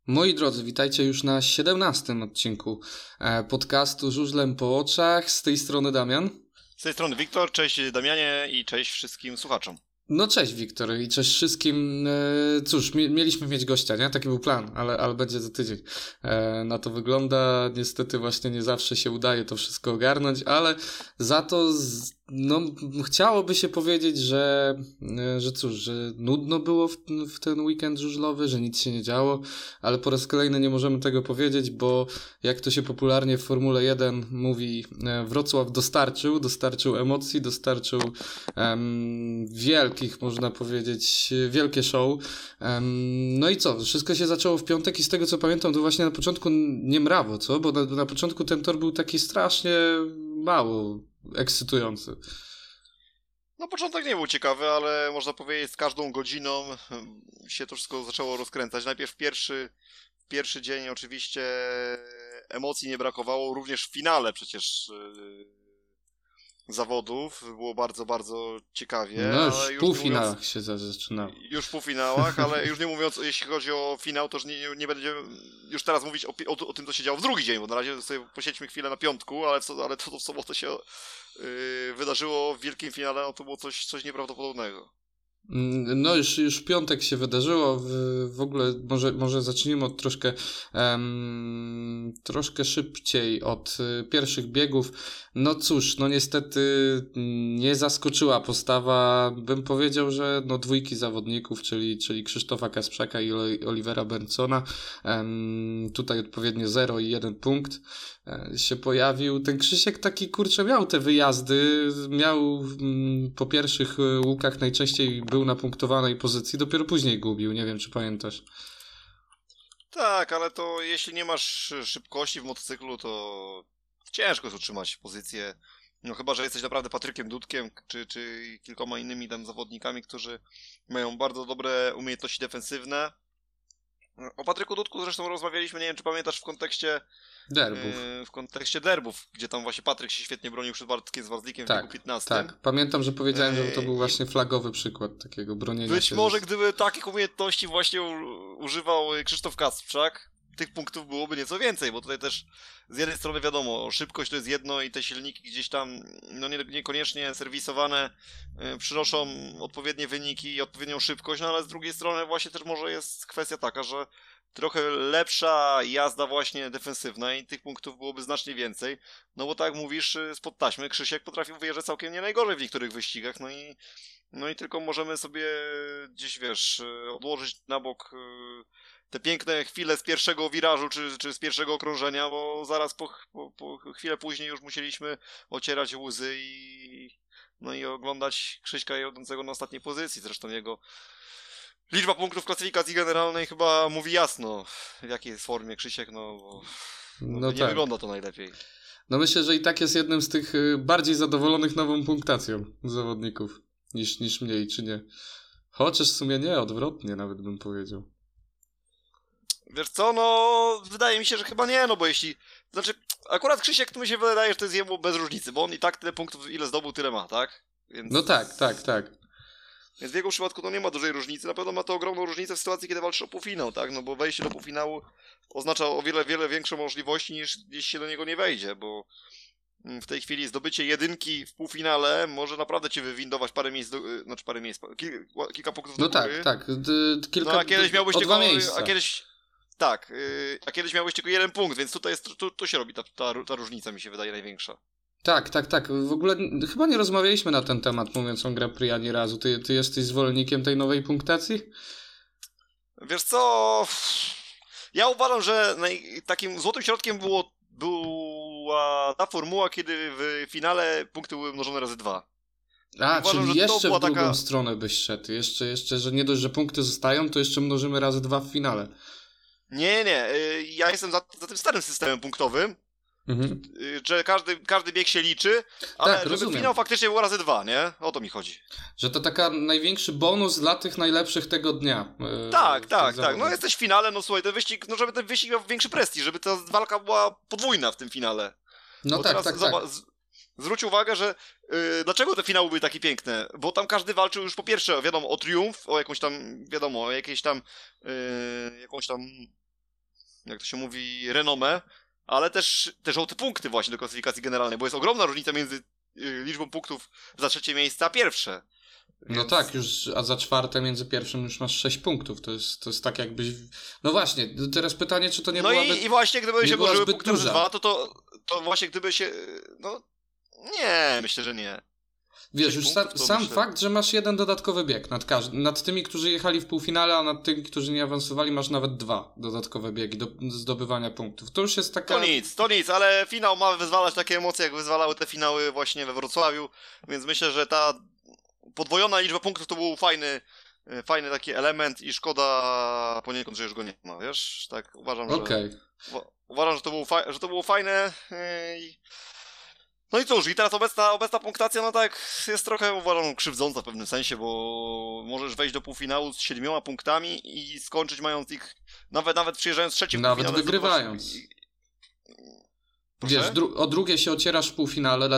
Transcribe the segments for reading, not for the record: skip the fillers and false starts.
Moi drodzy, witajcie już na 17 odcinku podcastu Żużlem po oczach. Z tej strony Damian. Z tej strony Wiktor, cześć Damianie i cześć wszystkim słuchaczom. No cześć Wiktor i cześć wszystkim. Cóż, mieliśmy mieć gościa, nie? Taki był plan, ale będzie za tydzień. Na to wygląda. Niestety właśnie nie zawsze się udaje to wszystko ogarnąć, ale za to chciałoby się powiedzieć, że nudno było w ten weekend żużlowy, że nic się nie działo, ale po raz kolejny nie możemy tego powiedzieć, bo jak to się popularnie w Formule 1 mówi, Wrocław dostarczył emocji, dostarczył wielkich, można powiedzieć, wielkie show. No i co? Wszystko się zaczęło w piątek i z tego co pamiętam, to właśnie na początku nie mrawo, co? Bo na początku ten tor był taki strasznie mało ekscytujący. No początek nie był ciekawy, ale można powiedzieć z każdą godziną się to wszystko zaczęło rozkręcać. Najpierw pierwszy dzień oczywiście emocji nie brakowało, również w finale przecież zawodów było bardzo, bardzo ciekawie. No już ale w półfinałach się zaczynało. Już w półfinałach, ale już nie mówiąc, jeśli chodzi o finał, to już nie będziemy już teraz mówić o tym, co się działo w drugi dzień, bo na razie sobie posiedźmy chwilę na piątku, ale to w sobotę się wydarzyło w wielkim finale, no to było coś nieprawdopodobnego. No już w piątek się wydarzyło, w ogóle może zacznijmy od troszkę szybciej od pierwszych biegów. No cóż, no niestety nie zaskoczyła postawa, bym powiedział, że no dwójki zawodników, czyli Krzysztofa Kasprzaka i Olivera Berntsona, tutaj odpowiednio 0 i 1 punkt się pojawił. Ten Krzysiek taki, kurczę, miał te wyjazdy, miał po pierwszych łukach najczęściej był na punktowanej pozycji, dopiero później gubił, nie wiem czy pamiętasz. Tak, ale to jeśli nie masz szybkości w motocyklu, to ciężko jest utrzymać pozycję. No chyba, że jesteś naprawdę Patrykiem Dudkiem, czy kilkoma innymi tam zawodnikami, którzy mają bardzo dobre umiejętności defensywne. O Patryku Dudku zresztą rozmawialiśmy, nie wiem czy pamiętasz, w kontekście derbów, gdzie tam właśnie Patryk się świetnie bronił przed Bartkiem Zwarzlikiem w wieku 15. Tak, pamiętam, że powiedziałem, że to był właśnie flagowy przykład takiego bronienia Być się. Może gdyby takich umiejętności właśnie używał Krzysztof Kasprzak, tych punktów byłoby nieco więcej, bo tutaj też z jednej strony wiadomo, szybkość to jest jedno i te silniki gdzieś tam no niekoniecznie serwisowane przynoszą odpowiednie wyniki i odpowiednią szybkość, no ale z drugiej strony właśnie też może jest kwestia taka, że trochę lepsza jazda właśnie defensywna i tych punktów byłoby znacznie więcej, no bo tak jak mówisz, spod taśmy Krzysiek potrafił wyjeżdżać całkiem nie najgorzej w niektórych wyścigach, no i tylko możemy sobie gdzieś, wiesz, odłożyć na bok te piękne chwile z pierwszego wirażu czy z pierwszego okrążenia, bo zaraz po chwilę później już musieliśmy ocierać łzy i oglądać Krzyśka jadącego na ostatniej pozycji. Zresztą jego liczba punktów w klasyfikacji generalnej chyba mówi jasno, w jakiej jest formie Krzysiek, bo nie tak. wygląda to najlepiej. No myślę, że i tak jest jednym z tych bardziej zadowolonych nową punktacją zawodników niż mniej, czy nie? Chociaż w sumie nie, odwrotnie nawet bym powiedział. Wiesz co, wydaje mi się, że chyba nie, bo akurat Krzysiek to mi się wydaje, że to jest jemu bez różnicy, bo on i tak tyle punktów, ile zdobył, tyle ma, tak? Więc... No tak. Więc w jego przypadku to nie ma dużej różnicy, na pewno ma to ogromną różnicę w sytuacji, kiedy walczy o półfinał, tak? No bo wejście do półfinału oznacza o wiele, wiele większe możliwości niż gdzieś się do niego nie wejdzie, bo w tej chwili zdobycie jedynki w półfinale może naprawdę cię wywindować kilka punktów do góry. Tak. A kiedyś miałbyś o tylko... 2 miejsca. A kiedyś miałeś tylko 1 punkt, więc tutaj tu się robi ta różnica, mi się wydaje, największa. Tak. W ogóle chyba nie rozmawialiśmy na ten temat, mówiąc o Grand Prix ani razu. Ty jesteś zwolennikiem tej nowej punktacji? Wiesz co... Ja uważam, że takim złotym środkiem była ta formuła, kiedy w finale punkty były mnożone razy 2. Uważam, czyli jeszcze w drugą stronę byś szedł. Jeszcze, że nie dość, że punkty zostają, to jeszcze mnożymy razy 2 w finale. Nie. Ja jestem za tym starym systemem punktowym, że każdy bieg się liczy, ale tak, żeby rozumiem. finał faktycznie było razy 2, nie? O to mi chodzi. Że to taka największy bonus dla tych najlepszych tego dnia. Tak. No jesteś w finale, słuchaj, ten wyścig, żeby ten wyścig miał większy prestiż, żeby ta walka była podwójna w tym finale. No tak. Zwróć uwagę, że dlaczego te finały były takie piękne? Bo tam każdy walczył już po pierwsze, wiadomo, o triumf, o jakąś tam, wiadomo, jakąś tam jak to się mówi, renomę, ale też te żółte punkty właśnie do klasyfikacji generalnej, bo jest ogromna różnica między liczbą punktów za trzecie miejsce a pierwsze. No tak, już, a za czwarte między pierwszym już masz 6 punktów, to jest tak jakbyś... No właśnie, teraz pytanie, czy to nie byłaby... No i właśnie gdyby się włożyły punkty razy 2, to właśnie gdyby się... No nie, myślę, że nie. Wiesz, już sam fakt, że masz jeden dodatkowy bieg nad tymi, którzy jechali w półfinale, a nad tymi, którzy nie awansowali, masz nawet 2 dodatkowe biegi do zdobywania punktów. To już jest taka... To nic, ale finał ma wyzwalać takie emocje, jak wyzwalały te finały właśnie we Wrocławiu, więc myślę, że ta podwojona liczba punktów to był fajny taki element i szkoda poniekąd, że już go nie ma, wiesz? Tak uważam, uważam, że to było fajne. No i cóż, i teraz obecna punktacja, no tak, jest trochę, uważam, krzywdząca w pewnym sensie, bo możesz wejść do półfinału z 7 punktami i skończyć mając ich, nawet przyjeżdżając trzecim. Nawet wygrywając. Wiesz, o drugie się ocierasz w półfinale,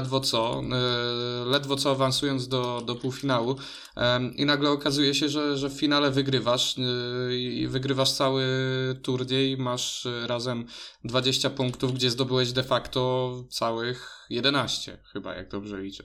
ledwo co awansując do półfinału i nagle okazuje się, że w finale wygrywasz i wygrywasz cały turniej, masz razem 20 punktów, gdzie zdobyłeś de facto całych 11 chyba, jak dobrze liczę.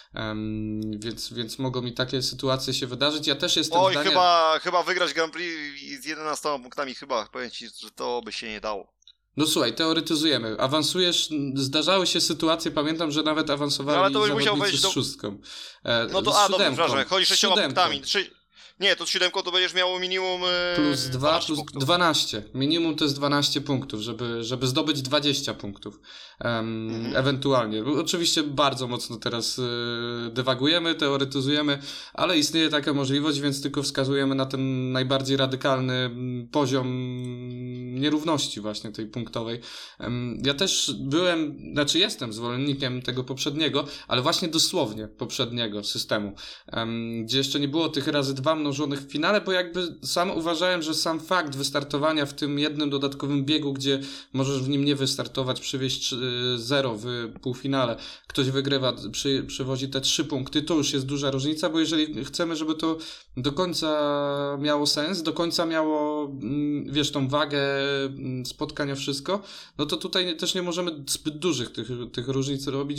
Więc mogą mi takie sytuacje się wydarzyć. Ja też jestem zdania... chyba wygrać Grand Prix z 11 punktami powiem ci, że to by się nie dało. No słuchaj, teoretyzujemy. Awansujesz, zdarzały się sytuacje, pamiętam, że nawet awansowali ale to byś musiał wejść z 6. No to dobrze, przepraszam, chodzi 6 punktami. Nie, to z 7 to będziesz miało minimum... Plus 2, plus punktów. 12. Minimum to jest 12 punktów, żeby zdobyć 20 punktów. Ewentualnie. Oczywiście bardzo mocno teraz dywagujemy, teoretyzujemy, ale istnieje taka możliwość, więc tylko wskazujemy na ten najbardziej radykalny poziom nierówności właśnie tej punktowej. Ja też jestem zwolennikiem tego poprzedniego, ale właśnie dosłownie poprzedniego systemu, gdzie jeszcze nie było tych razy 2 mnożonych w finale, bo jakby sam uważałem, że sam fakt wystartowania w tym jednym dodatkowym biegu, gdzie możesz w nim nie wystartować, przywieźć 0 w półfinale, ktoś wygrywa, przywozi te 3 punkty, to już jest duża różnica, bo jeżeli chcemy, żeby to do końca miało sens, do końca miało, wiesz, tą wagę spotkania, wszystko, no to tutaj też nie możemy zbyt dużych tych różnic robić,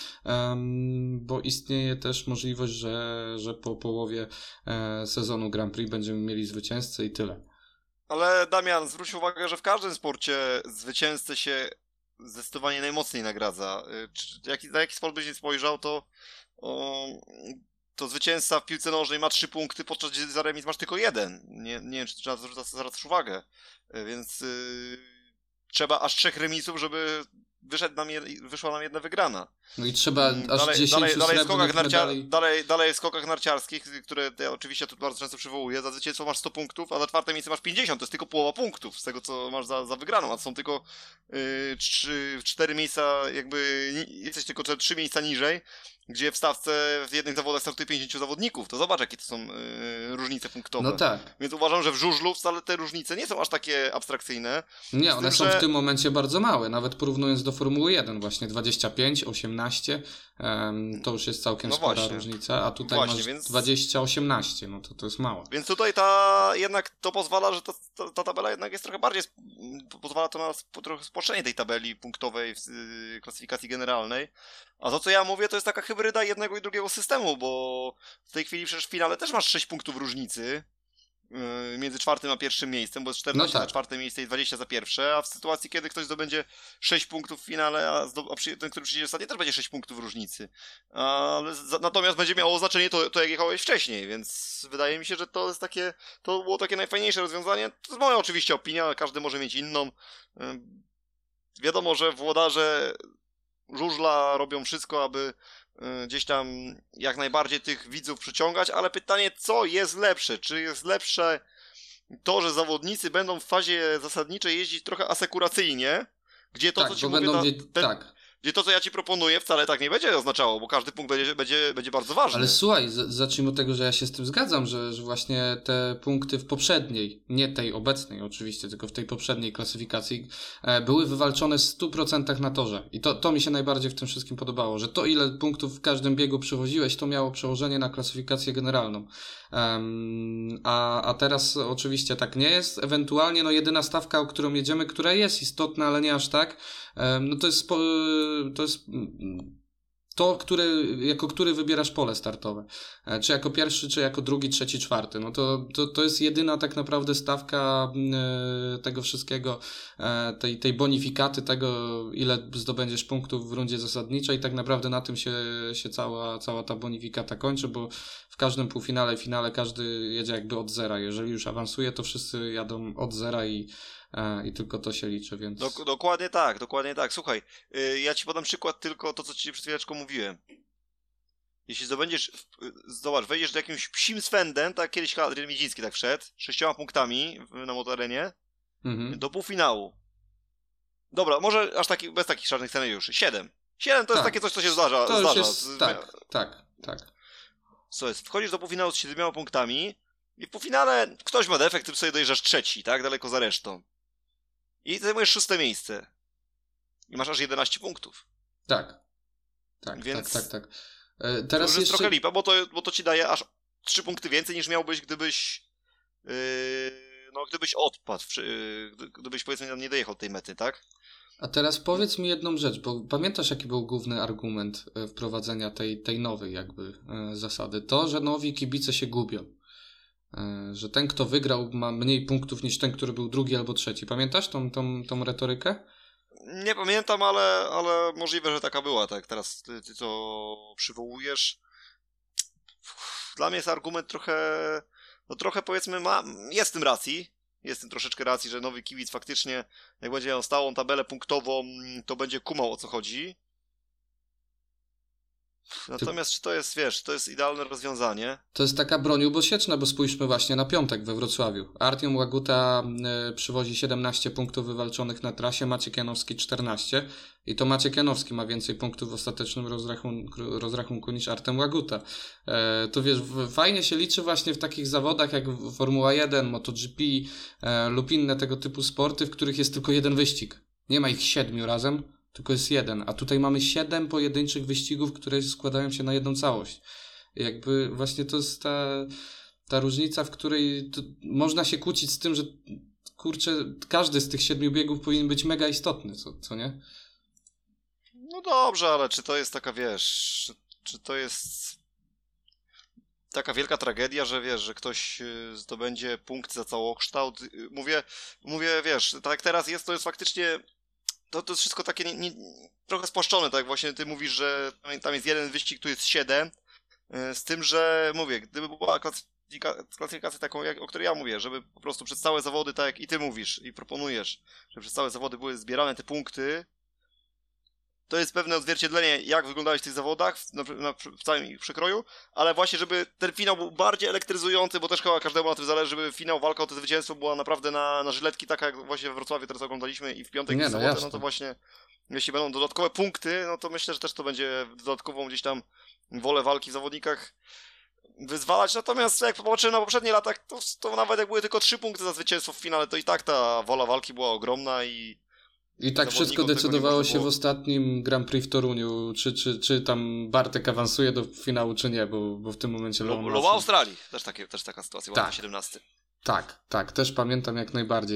bo istnieje też możliwość, że po połowie sezonu Grand Prix będziemy mieli zwycięzcę i tyle. Ale Damian, zwróć uwagę, że w każdym sporcie zwycięzcę się zdecydowanie najmocniej nagradza. Na jaki sport byś nie spojrzał, to zwycięzca w piłce nożnej ma 3 punkty, podczas gdy za remis masz tylko 1. Nie wiem, czy trzeba zwracać uwagę. Więc trzeba aż 3 remisów, żeby wyszła nam jedna wygrana. No i trzeba aż 10 srebrnych medali. Dalej w skokach narciarskich, które ja oczywiście tu bardzo często przywołuję, za zwycięstwo masz 100 punktów, a za 4 miejsce masz 50, to jest tylko połowa punktów z tego, co masz za wygraną, a to są tylko 4 miejsca, jakby jesteś tylko 3 miejsca niżej, gdzie w stawce w jednych zawodach startuje 50 zawodników, to zobacz, jakie to są różnice punktowe. No tak. Więc uważam, że w żużlu wcale te różnice nie są aż takie abstrakcyjne. Nie, one są w tym momencie bardzo małe, nawet porównując do Formuły 1 właśnie 25, 18, to już jest całkiem spora różnica, a tutaj masz 20-18, no to jest mało. Więc tutaj jednak to pozwala, że ta tabela jednak jest trochę bardziej, pozwala to na trochę spolszczenie tej tabeli punktowej w klasyfikacji generalnej. A to, co ja mówię, to jest taka hybryda jednego i drugiego systemu, bo w tej chwili przecież w finale też masz 6 punktów różnicy między 4. a 1. miejscem, bo jest 14 za 4. miejsce i 20 za 1, a w sytuacji, kiedy ktoś zdobędzie 6 punktów w finale, a ten, który przyjdzie ostatni, też będzie 6 punktów różnicy. Natomiast będzie miało znaczenie to, jak jechałeś wcześniej, więc wydaje mi się, że to było takie najfajniejsze rozwiązanie. To jest moja oczywiście opinia, ale każdy może mieć inną. Wiadomo, że włodarze żużla robią wszystko, aby gdzieś tam jak najbardziej tych widzów przyciągać, ale pytanie, co jest lepsze? Czy jest lepsze to, że zawodnicy będą w fazie zasadniczej jeździć trochę asekuracyjnie, gdzie to, co ci mówię, Gdzie to, co ja ci proponuję, wcale tak nie będzie oznaczało, bo każdy punkt będzie bardzo ważny. Ale słuchaj, zacznijmy od tego, że ja się z tym zgadzam, że właśnie te punkty w poprzedniej, nie tej obecnej oczywiście, tylko w tej poprzedniej klasyfikacji były wywalczone w 100% na torze. I to mi się najbardziej w tym wszystkim podobało, że to ile punktów w każdym biegu przywoziłeś, to miało przełożenie na klasyfikację generalną. A teraz oczywiście tak nie jest. Ewentualnie jedyna stawka, o którą jedziemy, która jest istotna, ale nie aż tak, no to jest to, jako który wybierasz pole startowe. Czy jako pierwszy, czy jako drugi, trzeci, czwarty. No to jest jedyna tak naprawdę stawka tego wszystkiego, tej bonifikaty, tego ile zdobędziesz punktów w rundzie zasadniczej. Tak naprawdę na tym się cała ta bonifikata kończy, bo w każdym półfinale, finale każdy jedzie jakby od zera. Jeżeli już awansuje, to wszyscy jadą od zera i tylko to się liczy, więc... Dokładnie tak. Słuchaj, ja ci podam przykład tylko to, co ci przed chwileczką mówiłem. Jeśli zobacz, wejdziesz do jakimś psim swędem, tak kiedyś Adrian Miedziński tak wszedł, 6 punktami na motorenie, do półfinału. Dobra, może aż bez takich szarnych scenariuszy. 7 to jest takie coś, co się zdarza. To jest, tak. Co jest, wchodzisz do półfinału z 7 punktami i w półfinale ktoś ma defekt, ty sobie dojeżdżasz trzeci, tak, daleko za resztą. I zajmujesz 6 miejsce. I masz aż 11 punktów. Tak. Więc Tak. Teraz to jest trochę lipa, bo to ci daje aż 3 punkty więcej niż miałbyś, gdybyś odpadł, gdybyś powiedzmy nie dojechał tej mety, tak? A teraz powiedz mi jedną rzecz, bo pamiętasz jaki był główny argument wprowadzenia tej nowej jakby zasady? To, że nowi kibice się gubią. Że ten, kto wygrał, ma mniej punktów niż ten, który był drugi albo trzeci. Pamiętasz tą retorykę? Nie pamiętam, ale możliwe, że taka była, tak? Teraz ty to przywołujesz. Dla mnie jest argument trochę powiedzmy jest w tym racji. Jest w tym troszeczkę racji, że nowy kibic faktycznie, jak będzie miał stałą tabelę punktową, to będzie kumał, o co chodzi. Natomiast czy to jest, to jest idealne rozwiązanie? To jest taka broń ubosieczna, bo spójrzmy właśnie na piątek we Wrocławiu. Artiom Łaguta przywozi 17 punktów wywalczonych na trasie, Maciek Janowski 14 i to Maciek Janowski ma więcej punktów w ostatecznym rozrachunku niż Artem Łaguta. To wiesz, fajnie się liczy właśnie w takich zawodach jak Formuła 1, MotoGP lub inne tego typu sporty, w których jest tylko jeden wyścig. Nie ma ich 7 razem, tylko jest jeden, a tutaj mamy 7 pojedynczych wyścigów, które składają się na jedną całość. Jakby właśnie to jest ta różnica, w której można się kłócić z tym, że kurczę, każdy z tych 7 biegów powinien być mega istotny, co nie? No dobrze, ale czy to jest taka, czy to jest taka wielka tragedia, że że ktoś zdobędzie punkt za całokształt? Mówię, tak jak teraz jest, to jest faktycznie... To jest wszystko takie trochę spłaszczone, tak właśnie ty mówisz, że tam jest jeden wyścig, tu jest 7, z tym, że mówię, gdyby była klasyfikacja taką, o której ja mówię, żeby po prostu przez całe zawody, tak jak i ty mówisz i proponujesz, żeby przez całe zawody były zbierane te punkty, to jest pewne odzwierciedlenie, jak wyglądałeś w tych zawodach, w całym ich przekroju, ale właśnie, żeby ten finał był bardziej elektryzujący, bo też chyba każdemu na tym zależy, żeby finał, walka o to zwycięstwo była naprawdę na żyletki, taka jak właśnie we Wrocławiu teraz oglądaliśmy i w piątek i w sobotę, no to właśnie, jeśli będą dodatkowe punkty, no to myślę, że też to będzie dodatkową gdzieś tam wolę walki w zawodnikach wyzwalać, natomiast jak popatrzymy na poprzednie lata, to nawet jak były tylko 3 punkty za zwycięstwo w finale, to i tak ta wola walki była ogromna i tak wszystko decydowało się w ostatnim Grand Prix w Toruniu, czy tam Bartek awansuje do finału, czy nie, bo w tym momencie... Lowa Australii, też taka sytuacja, była na 17. Tak, też pamiętam jak najbardziej.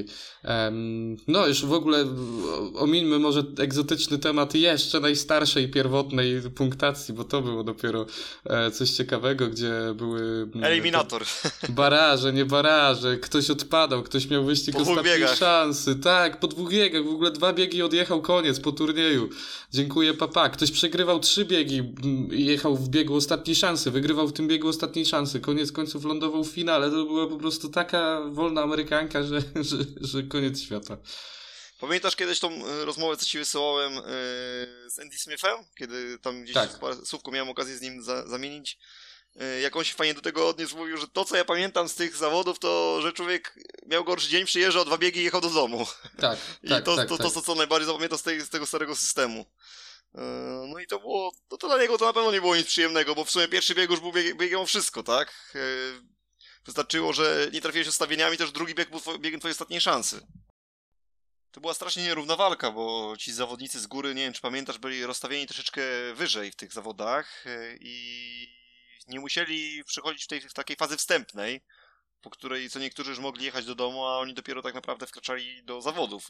No już w ogóle omińmy może egzotyczny temat jeszcze najstarszej, pierwotnej punktacji, bo to było dopiero coś ciekawego, gdzie były... Eliminator. Baraże, nie baraże, ktoś odpadał, ktoś miał wyścig ostatniej szansy. Tak, po 2 biegach, w ogóle 2 biegi odjechał, koniec po turnieju. Dziękuję, papa. Ktoś przegrywał 3 biegi i jechał w biegu ostatniej szansy, wygrywał w tym biegu ostatniej szansy, koniec końców lądował w finale, to była po prostu taka wolna amerykanka, że koniec świata. Pamiętasz kiedyś tą rozmowę, co ci wysyłałem z Andy Smithem? Kiedy tam gdzieś parę słówko miałem okazję z nim zamienić. Jak on się fajnie do tego odniósł, mówił, że to, co ja pamiętam z tych zawodów, to, że człowiek miał gorszy dzień, przyjeżdżał 2 biegi i jechał do domu. Tak, I to, co najbardziej zapamiętam z tego starego systemu. No i to było, to dla niego to na pewno nie było nic przyjemnego, bo w sumie pierwszy bieg już był biegiem o wszystko, tak? Wystarczyło, że nie trafiłeś ustawieniami, też drugi bieg był biegiem twojej ostatniej szansy. To była strasznie nierówna walka, bo ci zawodnicy z góry, nie wiem czy pamiętasz, byli rozstawieni troszeczkę wyżej w tych zawodach i nie musieli przechodzić w takiej fazy wstępnej, po której co niektórzy już mogli jechać do domu, a oni dopiero tak naprawdę wkraczali do zawodów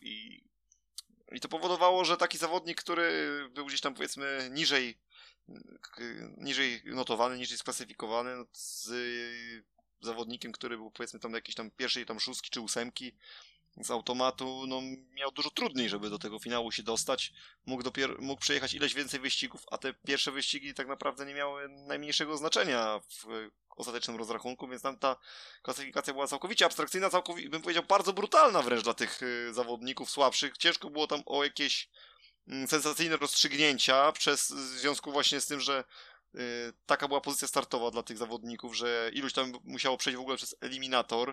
i to powodowało, że taki zawodnik, który był gdzieś tam powiedzmy niżej notowany, niżej sklasyfikowany z zawodnikiem, który był powiedzmy tam jakiejś tam pierwszej tam szóstki czy ósemki z automatu, no miał dużo trudniej, żeby do tego finału się dostać. Mógł przejechać ileś więcej wyścigów, a te pierwsze wyścigi tak naprawdę nie miały najmniejszego znaczenia w ostatecznym rozrachunku, więc tam ta klasyfikacja była całkowicie abstrakcyjna, bym powiedział bardzo brutalna wręcz dla tych zawodników słabszych. Ciężko było tam o jakieś sensacyjne rozstrzygnięcia w związku właśnie z tym, że taka była pozycja startowa dla tych zawodników, że iluś tam musiało przejść w ogóle przez eliminator.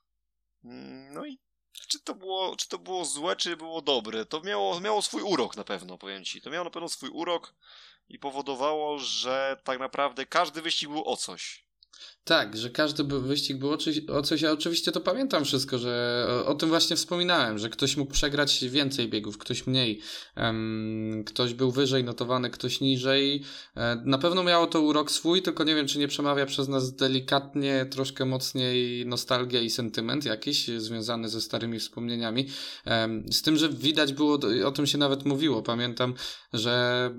No i czy to było złe, czy było dobre? To miało swój urok na pewno, powiem ci. To miało na pewno swój urok i powodowało, że tak naprawdę każdy wyścig był o coś. Tak, że każdy wyścig był o coś, ja oczywiście to pamiętam wszystko, że o tym właśnie wspominałem, że ktoś mógł przegrać więcej biegów, ktoś mniej, ktoś był wyżej notowany, ktoś niżej. Na pewno miało to urok swój, tylko nie wiem, czy nie przemawia przez nas delikatnie troszkę mocniej nostalgia i sentyment jakiś związany ze starymi wspomnieniami. Z tym, że widać było, o tym się nawet mówiło, pamiętam, że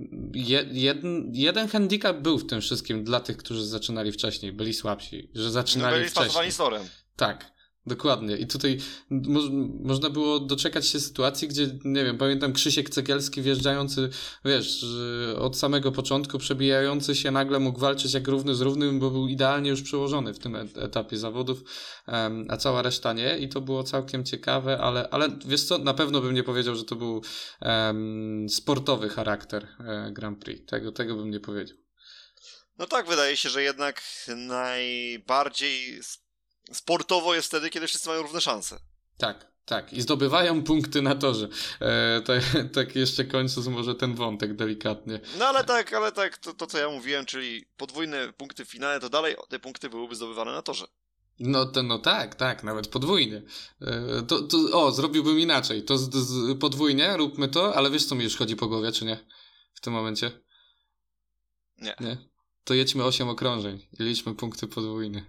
jeden handicap był w tym wszystkim dla tych, którzy zaczynali wcześniej, byli słabsi, że zaczynali wcześniej. Byli torem. Tak, dokładnie. I tutaj można było doczekać się sytuacji, gdzie, nie wiem, pamiętam Krzysiek Cegielski wjeżdżający, wiesz, od samego początku, przebijający się, nagle mógł walczyć jak równy z równym, bo był idealnie już przełożony w tym etapie zawodów, a cała reszta nie. I to było całkiem ciekawe, ale wiesz co, na pewno bym nie powiedział, że to był sportowy charakter Grand Prix. Tego bym nie powiedział. No tak, wydaje się, że jednak najbardziej sportowo jest wtedy, kiedy wszyscy mają równe szanse. Tak. I zdobywają punkty na torze. Tak jeszcze kończąc może ten wątek delikatnie. No ale tak, to co ja mówiłem, czyli podwójne punkty w finale, to dalej te punkty byłyby zdobywane na torze. No tak, nawet podwójnie. Zrobiłbym inaczej. To podwójnie, róbmy to, ale wiesz co mi już chodzi po głowie, czy nie? W tym momencie? Nie? To jedźmy 8 okrążeń i liczmy punkty podwójne.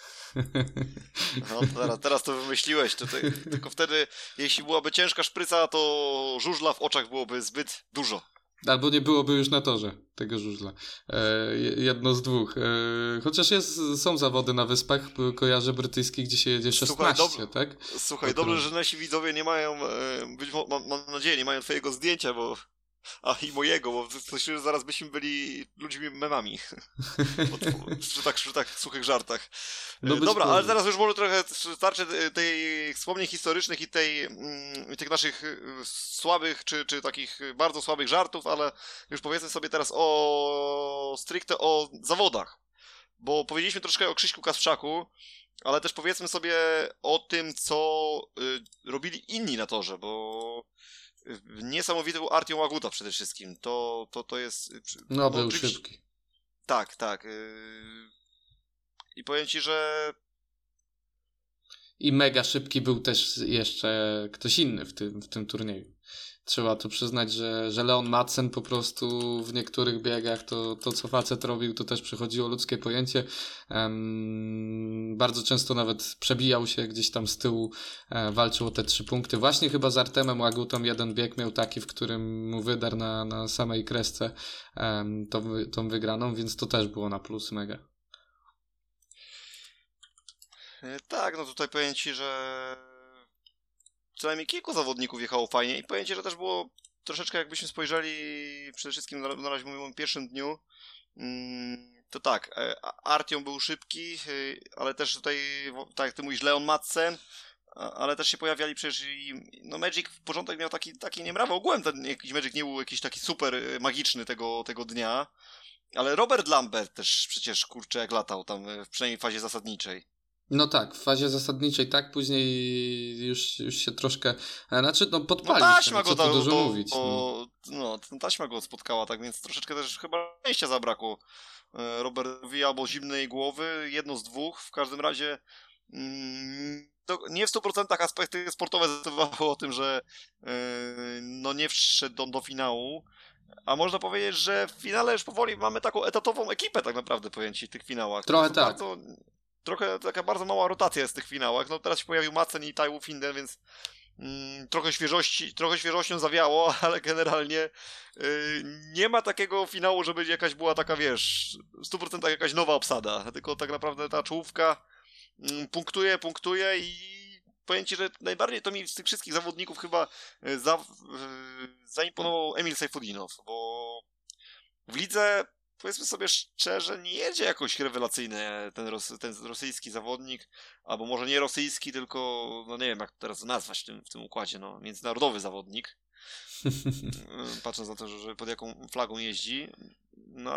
No teraz to wymyśliłeś tutaj. Tylko wtedy, jeśli byłaby ciężka szpryca, to żużla w oczach byłoby zbyt dużo. Albo nie byłoby już na torze tego żużla. Jedno z dwóch. Chociaż są zawody na wyspach, kojarzę brytyjskich, gdzie się jedzie 16, tak? Słuchaj, dobrze, że nasi widzowie nie mają, mam nadzieję, nie mają twojego zdjęcia, i mojego, bo myślę, że zaraz byśmy byli ludźmi memami. przy tak suchych żartach. No dobra, ale teraz już może trochę starczy tych wspomnień historycznych i tych naszych słabych, czy takich bardzo słabych żartów, ale już powiedzmy sobie teraz stricte o zawodach. Bo powiedzieliśmy troszkę o Krzyśku Kasprzaku, ale też powiedzmy sobie o tym, co robili inni na torze, bo niesamowity był Artyom Łaguta przede wszystkim. To jest... No, był szybki. Tak. I powiem ci, że... I mega szybki był też jeszcze ktoś inny w tym turnieju. Trzeba tu przyznać, że Leon Madsen po prostu w niektórych biegach to co facet robił, to też przechodziło ludzkie pojęcie. Bardzo często nawet przebijał się gdzieś tam z tyłu, walczył o te 3 punkty. Właśnie chyba z Artemem Łagutą jeden bieg miał taki, w którym mu wydarł na samej kresce tą wygraną, więc to też było na plus mega. Tak, no tutaj powiem ci, że co najmniej kilku zawodników jechało fajnie i powiem ci, że też było troszeczkę, jakbyśmy spojrzeli przede wszystkim na razie mówimy o pierwszym dniu, to tak, Artyom był szybki, ale też tutaj, tak jak ty mówisz, Leon Madsen, ale też się pojawiali przecież no Magic w początek miał taki nie mrawał ogółem, ten jakiś Magic nie był jakiś taki super magiczny tego dnia, ale Robert Lambert też przecież, kurczę, jak latał tam, przynajmniej w fazie zasadniczej. No tak, w fazie zasadniczej tak, później już się troszkę, znaczy no No podpalił się, taśma no co go tu dużo mówić. taśma go spotkała, tak więc troszeczkę też chyba szczęścia zabrakło Robertowi, albo zimnej głowy, jedno z dwóch, w każdym razie to nie w 100% aspekty sportowe zdecydowały o tym, że no nie wszedł on do finału, a można powiedzieć, że w finale już powoli mamy taką etatową ekipę tak naprawdę, powiem ci, w tych finałach. Trochę tak. Trochę taka bardzo mała rotacja jest w tych finałach. No teraz się pojawił Madsen i Taiwo Finden, więc trochę świeżością zawiało, ale generalnie nie ma takiego finału, żeby jakaś była taka, wiesz, w 100% jakaś nowa obsada, tylko tak naprawdę ta czołówka punktuje i powiem ci, że najbardziej to mi z tych wszystkich zawodników chyba zaimponował Emil Sajfudinow, bo w lidze, powiedzmy sobie szczerze, nie jedzie jakoś rewelacyjny ten rosyjski zawodnik, albo może nie rosyjski, tylko, no nie wiem jak teraz nazwać w tym układzie, no, międzynarodowy zawodnik, patrząc na to, że pod jaką flagą jeździ, no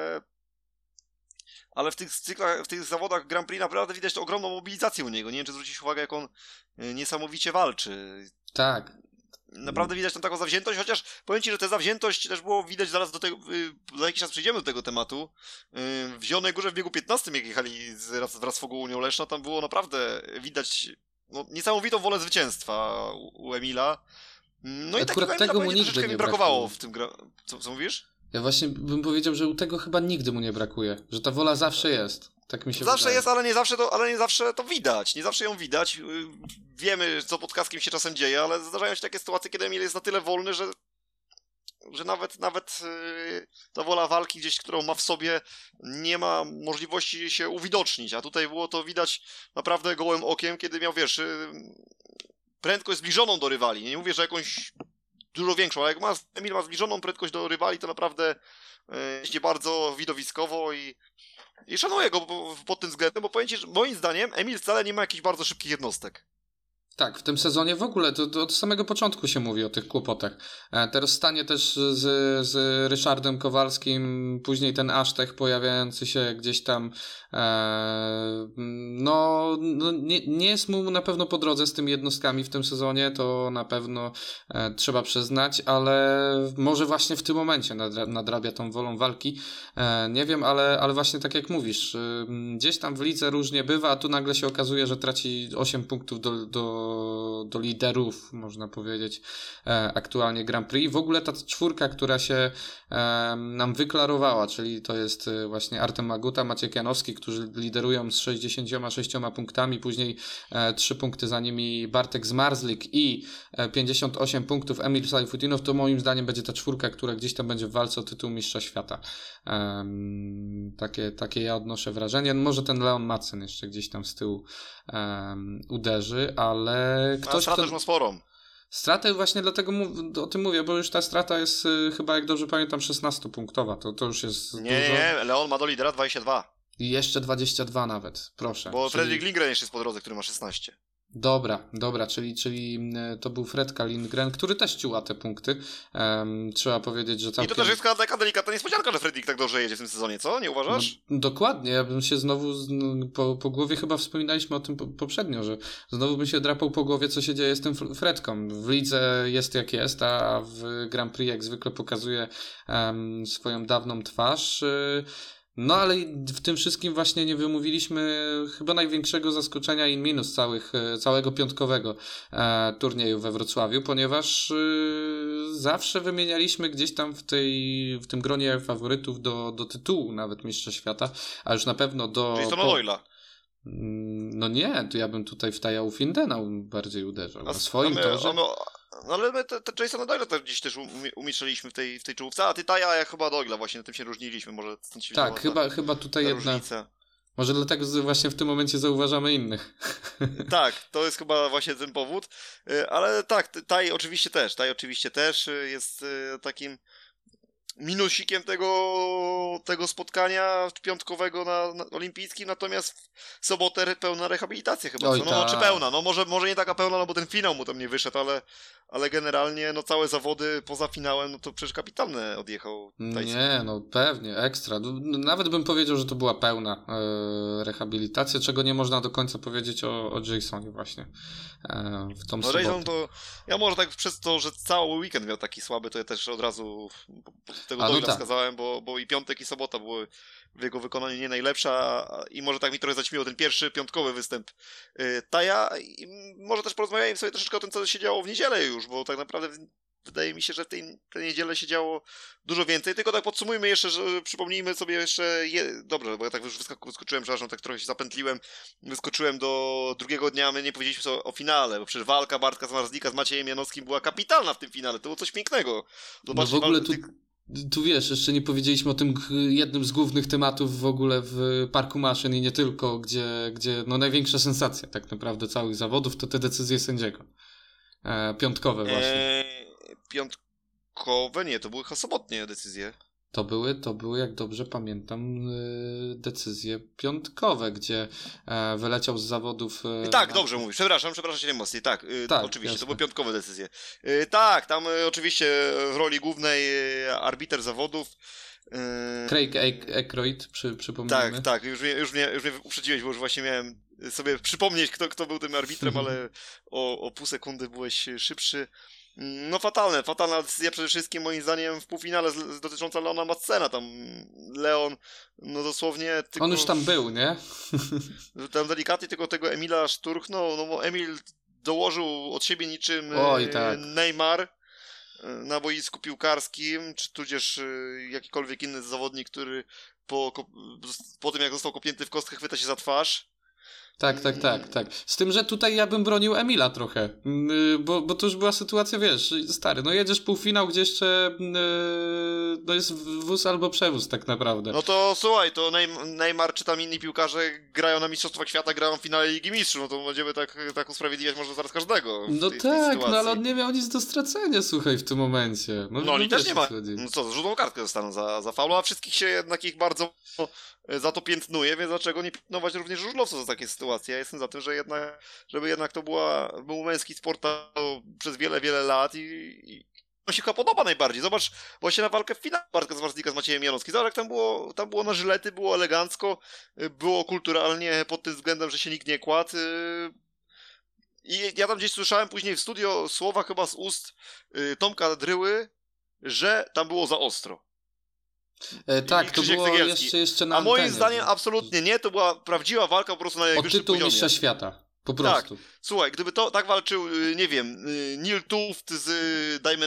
ale w tych zawodach Grand Prix naprawdę widać ogromną mobilizację u niego. Nie wiem, czy zwrócić uwagę, jak on niesamowicie walczy. Tak. Naprawdę widać tam taką zawziętość, chociaż powiem ci, że tę zawziętość też było widać zaraz do tego, za jakiś czas przejdziemy do tego tematu. W Zielonej Górze w biegu 15, jak jechali wraz z Fogołunią Leszno, tam było naprawdę widać niesamowitą wolę zwycięstwa u Emila. No i takiego tego mu nigdy troszeczkę nie mi brakowało brakuje. w tym co mówisz? Ja właśnie bym powiedział, że u tego chyba nigdy mu nie brakuje, że ta wola zawsze jest. Tak mi się zawsze wydaje. jest, ale nie zawsze to widać. Nie zawsze ją widać. Wiemy, co pod kaskiem się czasem dzieje, ale zdarzają się takie sytuacje, kiedy Emil jest na tyle wolny, że nawet ta wola walki gdzieś, którą ma w sobie, nie ma możliwości się uwidocznić. A tutaj było to widać naprawdę gołym okiem, kiedy miał, wiesz, prędkość zbliżoną do rywali. Nie mówię, że jakąś dużo większą, ale jak Emil ma zbliżoną prędkość do rywali, to naprawdę jeździ bardzo widowiskowo i szanuję go pod tym względem, bo powiem ci, że moim zdaniem Emil wcale nie ma jakichś bardzo szybkich jednostek. Tak, w tym sezonie w ogóle to od samego początku się mówi o tych kłopotach. Te rozstanie też z Ryszardem Kowalskim, później ten Asztech pojawiający się gdzieś tam, nie jest mu na pewno po drodze z tymi jednostkami w tym sezonie, to na pewno trzeba przyznać, ale może właśnie w tym momencie nadrabia tą wolą walki. Nie wiem, ale właśnie tak jak mówisz, gdzieś tam w lidze różnie bywa, a tu nagle się okazuje, że traci 8 punktów do liderów, można powiedzieć, aktualnie Grand Prix. W ogóle ta czwórka, która się nam wyklarowała, czyli to jest właśnie Artem Maguta, Maciek Janowski, którzy liderują z 66 punktami, później 3 punkty za nimi Bartek Zmarzlik i 58 punktów Emil Sajfudinow, to moim zdaniem będzie ta czwórka, która gdzieś tam będzie w walce o tytuł mistrza świata. Takie ja odnoszę wrażenie. Może ten Leon Madsen jeszcze gdzieś tam z tyłu uderzy, ale ktoś... stratę już ma sporą. Stratę właśnie dlatego o tym mówię, bo już ta strata jest chyba, jak dobrze pamiętam, 16-punktowa. To już jest dużo. Nie, Leon ma do lidera 22. I jeszcze 22 nawet, proszę. Bo Fredrik Lindgren jeszcze jest po drodze, który ma 16. Dobra, czyli to był Fredka Lindgren, który też ciuła te punkty. Trzeba powiedzieć, że całkiem... I to też jest taka delikatna niespodzianka, że Fredrik tak dobrze jedzie w tym sezonie, co? Nie uważasz? No, dokładnie, ja bym się znowu po głowie, chyba wspominaliśmy o tym poprzednio, że znowu bym się drapał po głowie, co się dzieje z tym Fredką. W lidze jest jak jest, a w Grand Prix jak zwykle pokazuje swoją dawną twarz. No ale w tym wszystkim właśnie nie wymówiliśmy chyba największego zaskoczenia in minus całego piątkowego turnieju we Wrocławiu, ponieważ zawsze wymienialiśmy gdzieś tam w tym gronie faworytów do tytułu nawet mistrza świata, a już na pewno do... Jasona Doyle'a. No nie, to ja bym tutaj w Taiwo Findena bardziej uderzał. Na swoim torze. Ale my Jasona Doyle'a też gdzieś też umieszczaliśmy w tej czołówce, a ty Taja, ja chyba Doyle'a, właśnie na tym się różniliśmy, może stąd się tak, chyba tutaj jedna różnica. Może dlatego właśnie w tym momencie zauważamy innych. Tak, to jest chyba właśnie ten powód, ale tak, Taj oczywiście też jest takim minusikiem tego spotkania piątkowego na olimpijskim, natomiast w sobotę pełna rehabilitacja chyba. Oj, czy pełna, no może nie taka pełna, no bo ten finał mu tam nie wyszedł, ale generalnie no całe zawody poza finałem, no to przecież kapitalne odjechał Tyson. Nie, no pewnie, ekstra. Nawet bym powiedział, że to była pełna rehabilitacja, czego nie można do końca powiedzieć o Jasonie właśnie w tą sobotę. Jason to, ja może tak przez to, że cały weekend miał taki słaby, to ja też od razu tego Doyle'a wskazałem, bo i piątek i sobota były w jego wykonaniu nie najlepsza i może tak mi trochę zaćmiło ten pierwszy piątkowy występ Taja i może też porozmawiajmy sobie troszeczkę o tym, co się działo w niedzielę już, bo tak naprawdę wydaje mi się, że w tej niedzielę się działo dużo więcej, tylko tak podsumujmy jeszcze, że przypomnijmy sobie jeszcze, dobrze, bo ja tak już wyskoczyłem, przepraszam, tak trochę się zapętliłem, wyskoczyłem do drugiego dnia, my nie powiedzieliśmy o finale, bo przecież walka Bartka Zmarzlika z Maciejem Janowskim była kapitalna w tym finale, to było coś pięknego. Zobaczcie, no w ogóle tu wiesz, jeszcze nie powiedzieliśmy o tym jednym z głównych tematów w ogóle w Parku Maszyn i nie tylko, gdzie no największa sensacja tak naprawdę całych zawodów to te decyzje sędziego. Piątkowe właśnie. Piątkowe? Nie, to były chyba sobotnie decyzje. To były, jak dobrze pamiętam, decyzje piątkowe, gdzie wyleciał z zawodów... Tak, dobrze mówisz, przepraszam cię najmocniej, tak, oczywiście, jasne. To były piątkowe decyzje. Tak, tam oczywiście w roli głównej arbiter zawodów. Craig Aykroyd, przypomnijmy. Tak, już mnie uprzedziłeś, bo już właśnie miałem sobie przypomnieć, kto był tym arbitrem, ale o pół sekundy byłeś szybszy. No fatalna decyzja przede wszystkim moim zdaniem w półfinale dotycząca Leona Madsena, tam Leon, no dosłownie tylko... On już tam był, nie? Tam delikatnie tylko tego Emila szturchnął, no bo Emil dołożył od siebie niczym tak. Neymar na boisku piłkarskim, czy tudzież jakikolwiek inny zawodnik, który po tym jak został kopnięty w kostkę chwyta się za twarz. Tak. Z tym, że tutaj ja bym bronił Emila trochę, bo to już była sytuacja, wiesz, stary, no jedziesz półfinał, gdzie jeszcze no jest wóz albo przewóz tak naprawdę. No to słuchaj, to Neymar czy tam inni piłkarze grają na Mistrzostwach Świata, grają w finale Ligi Mistrzów, no to będziemy tak usprawiedliwiać może zaraz każdego No tej no ale on nie miał nic do stracenia, słuchaj, w tym momencie. No oni też nie ma, no co, żółtą kartkę dostaną za faulu, a wszystkich się jednak ich bardzo za to piętnuje, więc dlaczego nie piętnować również żużlowców za takie sytuacje? Ja jestem za tym, żeby jednak to był męski sport przez wiele, wiele lat i on się chyba podoba najbardziej. Zobacz właśnie na walkę w finale Bartka Zmarzlika z Maciejem Janowskim. Zobacz jak tam było na żylety, było elegancko, było kulturalnie pod tym względem, że się nikt nie kładł. I ja tam gdzieś słyszałem później w studio słowa chyba z ust Tomka Dryły, że tam było za ostro. Tak, to było jeszcze na antenie. A moim zdaniem absolutnie nie, to była prawdziwa walka po prostu na najwyższym poziomie. O tytuł mistrza świata, po prostu. Tak, słuchaj, gdyby tak walczył, nie wiem, Neil Tuft z, dajmy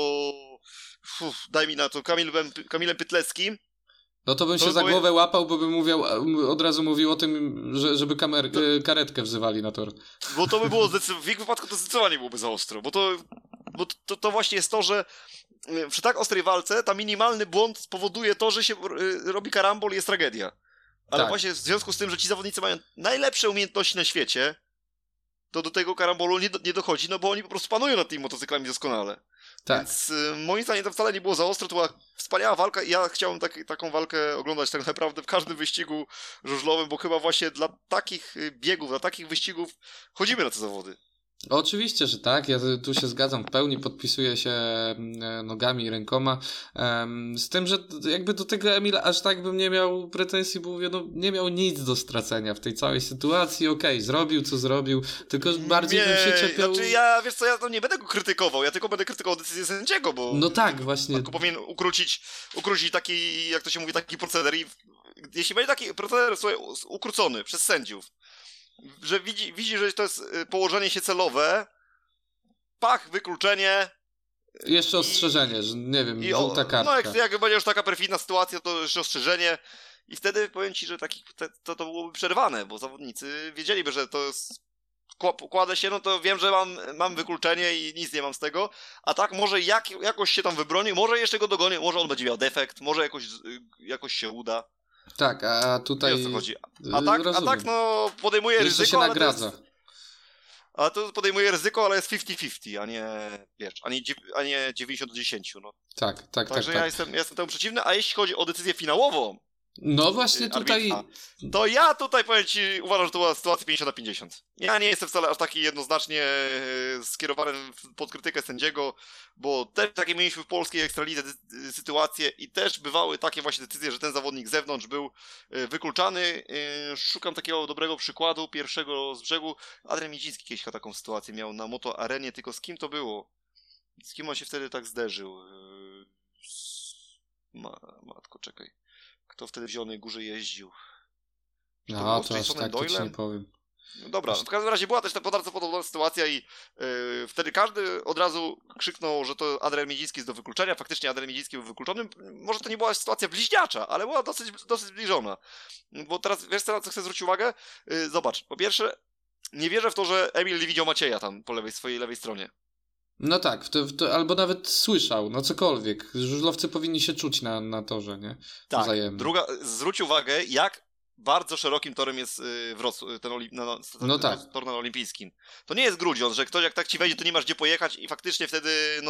na to, Kamilem Pytleckim. No to bym się za głowę łapał, bo bym od razu mówił o tym, żeby karetkę wzywali na tor. Bo to by było, w ich wypadku to zdecydowanie byłoby za ostro, bo to właśnie jest to, że przy tak ostrej walce ta minimalny błąd spowoduje to, że się robi karambol i jest tragedia. Ale właśnie w związku z tym, że ci zawodnicy mają najlepsze umiejętności na świecie, to do tego karambolu nie dochodzi, no bo oni po prostu panują nad tymi motocyklami doskonale. Tak. Więc moim zdaniem to wcale nie było za ostro, to była wspaniała walka i ja chciałem taką walkę oglądać tak naprawdę w każdym wyścigu żużlowym, bo chyba właśnie dla takich biegów, dla takich wyścigów chodzimy na te zawody. Oczywiście, że tak, ja tu się zgadzam w pełni, podpisuję się nogami i rękoma, z tym, że jakby do tego Emila aż tak bym nie miał pretensji, bo mówię, no nie miał nic do stracenia w tej całej sytuacji, okej, zrobił co zrobił, tylko bardziej bym się czepiał... Znaczy ja to nie będę go krytykował, ja tylko będę krytykował decyzję sędziego, bo... No tak, właśnie. Tylko powinien ukrócić taki, jak to się mówi, taki proceder i jeśli będzie taki proceder ukrócony przez sędziów, że widzi, że to jest położenie się celowe, wykluczenie. Jeszcze ostrzeżenie, że nie wiem, żółta kartka. No jak będzie już taka perfidna sytuacja, to jeszcze ostrzeżenie i wtedy powiem ci, że to byłoby przerwane, bo zawodnicy wiedzieliby, że to jest, kładę się, no to wiem, że mam wykluczenie i nic nie mam z tego, a tak może jakoś się tam wybroni, może jeszcze go dogonię, może on będzie miał defekt, może jakoś się uda. Tak, a tutaj... Nie o co chodzi. A tak, no, podejmuje ryzyko, się nagradza. Ale to podejmuje ryzyko, ale jest 50-50, a nie, wiesz, a nie 90-10, no. Tak. Także ja jestem temu przeciwny, a jeśli chodzi o decyzję finałową, No właśnie tutaj... To ja tutaj powiem ci, uważam, że to była sytuacja 50/50. Ja nie jestem wcale aż taki jednoznacznie skierowany pod krytykę sędziego, bo też takie mieliśmy w polskiej ekstralidze sytuacje i też bywały takie właśnie decyzje, że ten zawodnik z zewnątrz był wykluczany. Szukam takiego dobrego przykładu, pierwszego z brzegu. Adrian Miedziński kiedyś taką sytuację miał na Moto Arenie, tylko z kim to było? Z kim on się wtedy tak zderzył? Matko, czekaj. Kto wtedy w Zielonej Górze jeździł? No, to aż tak to ci nie powiem. No dobra, w każdym razie była też ta bardzo podobna sytuacja i wtedy każdy od razu krzyknął, że to Adrian Miedziński jest do wykluczenia. Faktycznie Adrian Miedziński był wykluczony. Może to nie była sytuacja bliźniacza, ale była dosyć zbliżona. Bo teraz, wiesz co, na co chcę zwrócić uwagę? Zobacz, po pierwsze, nie wierzę w to, że Emil nie widział Macieja tam po swojej lewej stronie. No tak, albo nawet słyszał, no cokolwiek. Żużlowcy powinni się czuć na torze, nie? Tak, wzajemnie. druga, zwróć uwagę, jak bardzo szerokim torem jest tor na olimpijskim. To nie jest Grudziądz, że ktoś jak tak ci wejdzie, to nie masz gdzie pojechać i faktycznie wtedy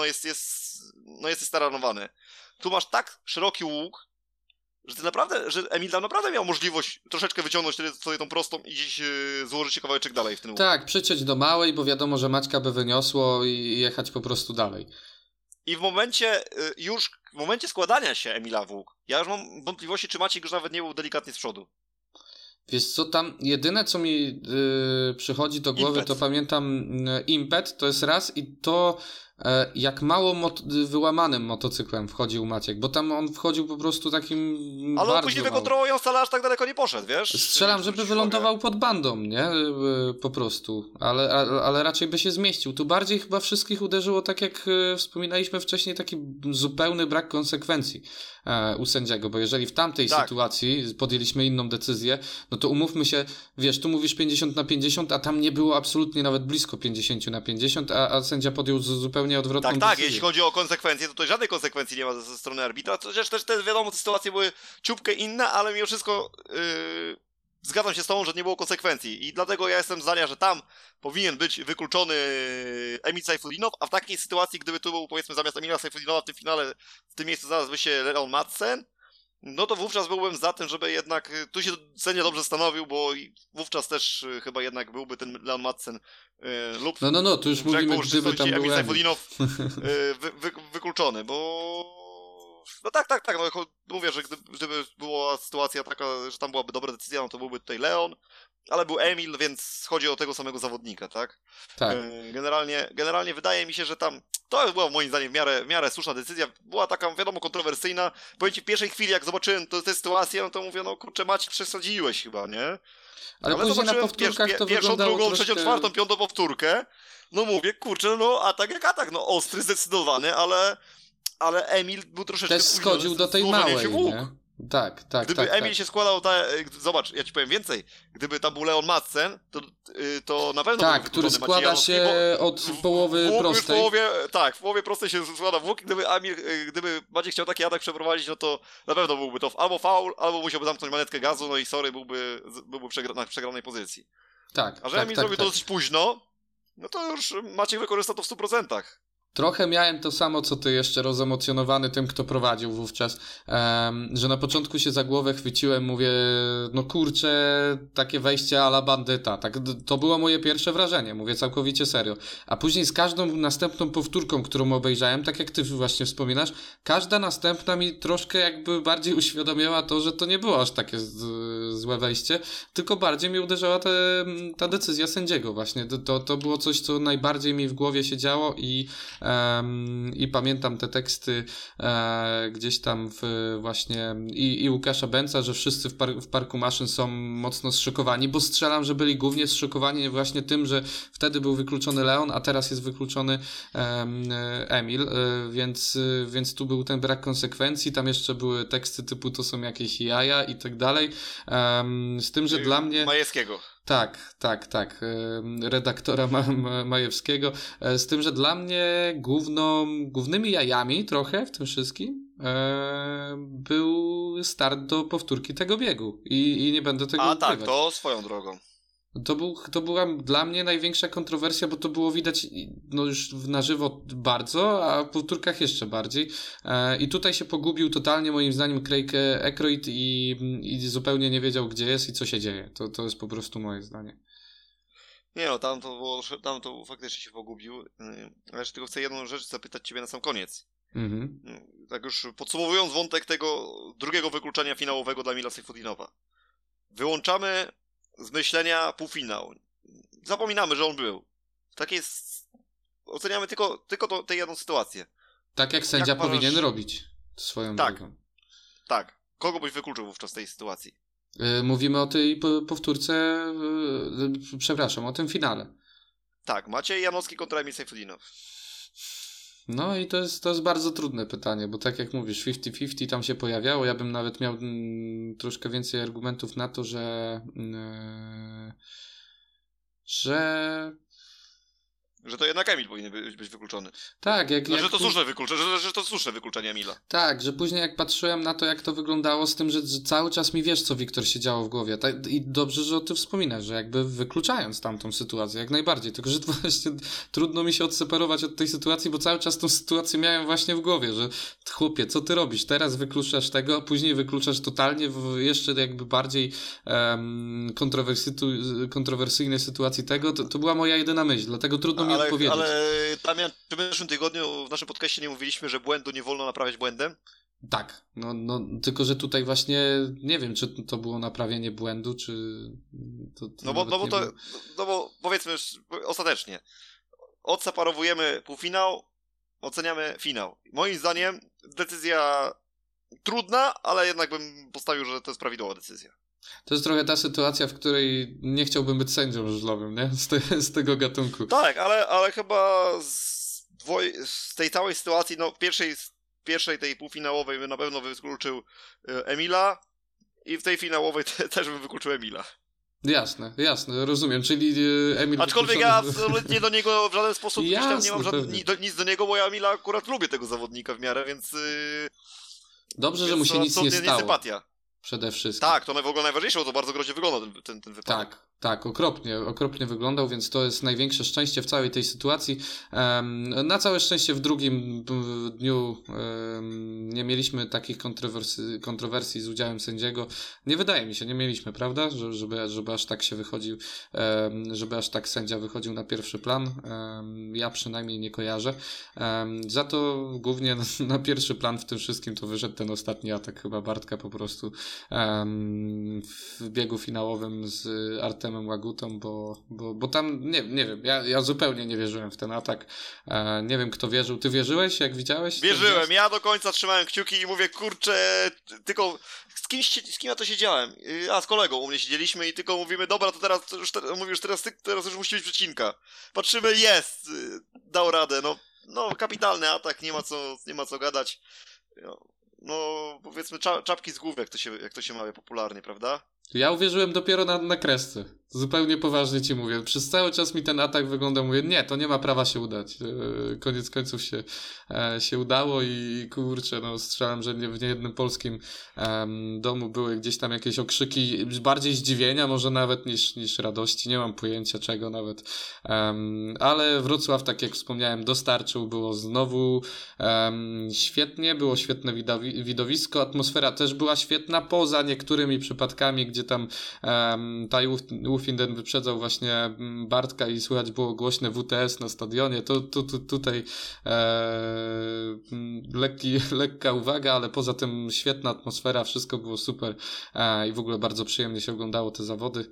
jesteś staranowany. Tu masz tak szeroki łuk, że Emil tam naprawdę miał możliwość troszeczkę wyciągnąć sobie tą prostą i gdzieś złożyć się kawałeczek dalej w tym łuku. Tak, przyciąć do małej, bo wiadomo, że Maćka by wyniosło i jechać po prostu dalej. I w momencie składania się Emila w łuk, ja już mam wątpliwości, czy Maciek już nawet nie był delikatnie z przodu. Wiesz co, tam jedyne co mi przychodzi do głowy, impet. To pamiętam impet, to jest raz i to jak mało wyłamanym motocyklem wchodził Maciek, bo tam on wchodził po prostu takim ale bardzo on później wykontrolował wcale aż tak daleko nie poszedł, wiesz? Strzelam, żeby wylądował pod bandą, nie? Po prostu, ale raczej by się zmieścił. Tu bardziej chyba wszystkich uderzyło, tak jak wspominaliśmy wcześniej, taki zupełny brak konsekwencji u sędziego, bo jeżeli w tamtej sytuacji podjęliśmy inną decyzję, no to umówmy się, wiesz, tu mówisz 50/50, a tam nie było absolutnie nawet blisko 50/50, a sędzia podjął zupełnie odwrotną decyzję. Tak, jeśli chodzi o konsekwencje, to tutaj żadnej konsekwencji nie ma ze strony arbitra, chociaż też wiadomo, te sytuacje były ciupkę inne, ale mimo wszystko zgadzam się z tobą, że nie było konsekwencji i dlatego ja jestem zdania, że tam powinien być wykluczony Emil Sajfudinow, a w takiej sytuacji, gdyby tu był, powiedzmy, zamiast Emila Sajfudinowa w tym finale, w tym miejscu znalazłby się Leon Madsen, no to wówczas byłbym za tym, żeby jednak, tu się sędzia dobrze stanowił, bo wówczas też chyba jednak byłby ten Leon Madsen lub... No, tu już mówimy, gdyby tam był Emil Sajfudinow wykluczony, bo... No tak, no mówię, że gdyby była sytuacja taka, że tam byłaby dobra decyzja, no to byłby tutaj Leon, ale był Emil, więc chodzi o tego samego zawodnika, tak? Tak. Generalnie wydaje mi się, że tam to była moim zdaniem w miarę słuszna decyzja. Była taka, wiadomo, kontrowersyjna. Powiem ci, w pierwszej chwili, jak zobaczyłem tę sytuację, no to mówię, no kurczę, Maciek, przesadziłeś chyba, nie? Ale później na powtórkach to pierwszą, drugą, troszkę... trzecią, czwartą, piątą powtórkę. No mówię, kurczę, no atak jak atak, no ostry, zdecydowany, ale Emil był troszeczkę też schodził do tej małej, nie? Tak. Gdyby Emil się składał, zobacz, ja ci powiem więcej, gdyby tam był Leon Madsen, to na pewno... Tak, który składa się od połowy prostej. W połowie prostej się składa włók, gdyby Maciek chciał taki atak przeprowadzić, no to na pewno byłby to albo faul, albo musiałby zamknąć manetkę gazu, no i sorry, byłby na przegranej pozycji. Tak. A że Emil zrobił to dosyć późno, no to już Maciek wykorzystał to w 100%. Trochę miałem to samo, co ty, jeszcze rozemocjonowany tym, kto prowadził wówczas, że na początku się za głowę chwyciłem, mówię, no kurczę, takie wejście a la bandyta, tak, to było moje pierwsze wrażenie, mówię całkowicie serio, a później z każdą następną powtórką, którą obejrzałem, tak jak ty właśnie wspominasz, każda następna mi troszkę jakby bardziej uświadomiła to, że to nie było aż takie złe wejście, tylko bardziej mi uderzała ta decyzja sędziego właśnie, to było coś, co najbardziej mi w głowie się działo i pamiętam te teksty gdzieś tam właśnie i Łukasza Bęca, że wszyscy w parku maszyn są mocno zszokowani, bo strzelam, że byli głównie zszokowani właśnie tym, że wtedy był wykluczony Leon, a teraz jest wykluczony Emil, więc tu był ten brak konsekwencji, tam jeszcze były teksty typu to są jakieś jaja i tak dalej, z tym, że dla mnie... Majewskiego. Tak. Redaktora Majewskiego. Z tym, że dla mnie głównymi jajami trochę w tym wszystkim był start do powtórki tego biegu. I nie będę tego ukrywać. Tak, to swoją drogą. To była dla mnie największa kontrowersja, bo to było widać no już na żywo bardzo, a w powtórkach jeszcze bardziej. I tutaj się pogubił totalnie moim zdaniem Craig Aykroyd i zupełnie nie wiedział, gdzie jest i co się dzieje. To jest po prostu moje zdanie. Nie no, tam to faktycznie się pogubił. Ja jeszcze tylko chcę jedną rzecz zapytać ciebie na sam koniec. Mhm. Tak już podsumowując wątek tego drugiego wykluczenia finałowego dla Emila Seyfudinowa. Wyłączamy z myślenia półfinał. Zapominamy, że on był. Tak jest. Oceniamy tylko tę jedną sytuację. Tak jak sędzia uważasz... powinien robić swoją drogą. Tak. Kogo byś wykluczył wówczas w tej sytuacji? Mówimy o tej powtórce, przepraszam, o tym finale. Tak, Maciej Janowski kontra Emil Seyfudinow. No i to jest bardzo trudne pytanie, bo tak jak mówisz, 50-50 tam się pojawiało, ja bym nawet miał troszkę więcej argumentów na to, Że to jednak Emil powinien być wykluczony. Tak, że to słuszne wykluczenie Emila. Tak, że później jak patrzyłem na to, jak to wyglądało z tym, że cały czas mi wiesz, co Wiktor się działo w głowie. Tak, i dobrze, że o tym wspominasz, że jakby wykluczając tamtą sytuację, jak najbardziej. Tylko, że właśnie trudno mi się odseparować od tej sytuacji, bo cały czas tą sytuację miałem właśnie w głowie, że chłopie, co ty robisz? Teraz wykluczasz tego, a później wykluczasz totalnie w jeszcze jakby bardziej kontrowersyjnej sytuacji tego. To była moja jedyna myśl, dlatego trudno mi odpowiedzieć. Ale Damian, czy w zeszłym tygodniu w naszym podcaście nie mówiliśmy, że błędu nie wolno naprawiać błędem? Tak, no tylko, że tutaj właśnie nie wiem, czy to było naprawienie błędu, czy to bo powiedzmy ostatecznie, odseparowujemy półfinał, oceniamy finał. Moim zdaniem decyzja trudna, ale jednak bym postawił, że to jest prawidłowa decyzja. To jest trochę ta sytuacja, w której nie chciałbym być sędzią żużlowym, nie? Z tego gatunku. Tak, ale chyba z tej całej sytuacji, no pierwszej tej półfinałowej bym na pewno wykluczył Emila i w tej finałowej też bym wykluczył Emila. Jasne, rozumiem, czyli Emil... Aczkolwiek ja absolutnie do niego w żaden sposób jasne, nie mam nic do niego, bo ja Emila akurat lubię tego zawodnika w miarę, więc... Dobrze, że mu się nic nie stało. Sympatia. Przede wszystkim. Tak, to w ogóle najważniejsze, bo to bardzo groźnie wygląda ten wypadek. Tak, okropnie wyglądał, więc to jest największe szczęście w całej tej sytuacji. Na całe szczęście w drugim dniu nie mieliśmy takich kontrowersji z udziałem sędziego. Nie wydaje mi się, nie mieliśmy, prawda? Żeby aż tak się wychodził, żeby aż tak sędzia wychodził na pierwszy plan. Ja przynajmniej nie kojarzę. Za to głównie na pierwszy plan w tym wszystkim to wyszedł ten ostatni atak chyba Bartka po prostu w biegu finałowym z Artemem Łagutą, bo tam nie wiem, ja zupełnie nie wierzyłem w ten atak. Nie wiem, kto wierzył. Ty wierzyłeś, jak widziałeś? Wierzyłem, ja do końca trzymałem kciuki i mówię, kurczę, tylko z kim ja to siedziałem? Z kolegą u mnie siedzieliśmy i tylko mówimy, dobra, to teraz już musi być przecinka. Patrzymy, jest, dał radę, no kapitalny atak, nie ma co gadać. No, powiedzmy czapki z głów, jak to się mawia popularnie, prawda? Ja uwierzyłem dopiero na kresce. Zupełnie poważnie ci mówię. Przez cały czas mi ten atak wyglądał, mówię, nie, to nie ma prawa się udać. Koniec końców się udało i kurczę, strzelam, że w niejednym polskim domu były gdzieś tam jakieś okrzyki, bardziej zdziwienia może nawet niż radości, nie mam pojęcia czego nawet. Ale Wrocław, tak jak wspomniałem, dostarczył, było znowu świetnie, było świetne widowisko, atmosfera też była świetna, poza niektórymi przypadkami, gdzie tam Taj Łufinden wyprzedzał właśnie Bartka i słychać było głośne WTS na stadionie, tutaj lekka uwaga, ale poza tym świetna atmosfera, wszystko było super i w ogóle bardzo przyjemnie się oglądało te zawody.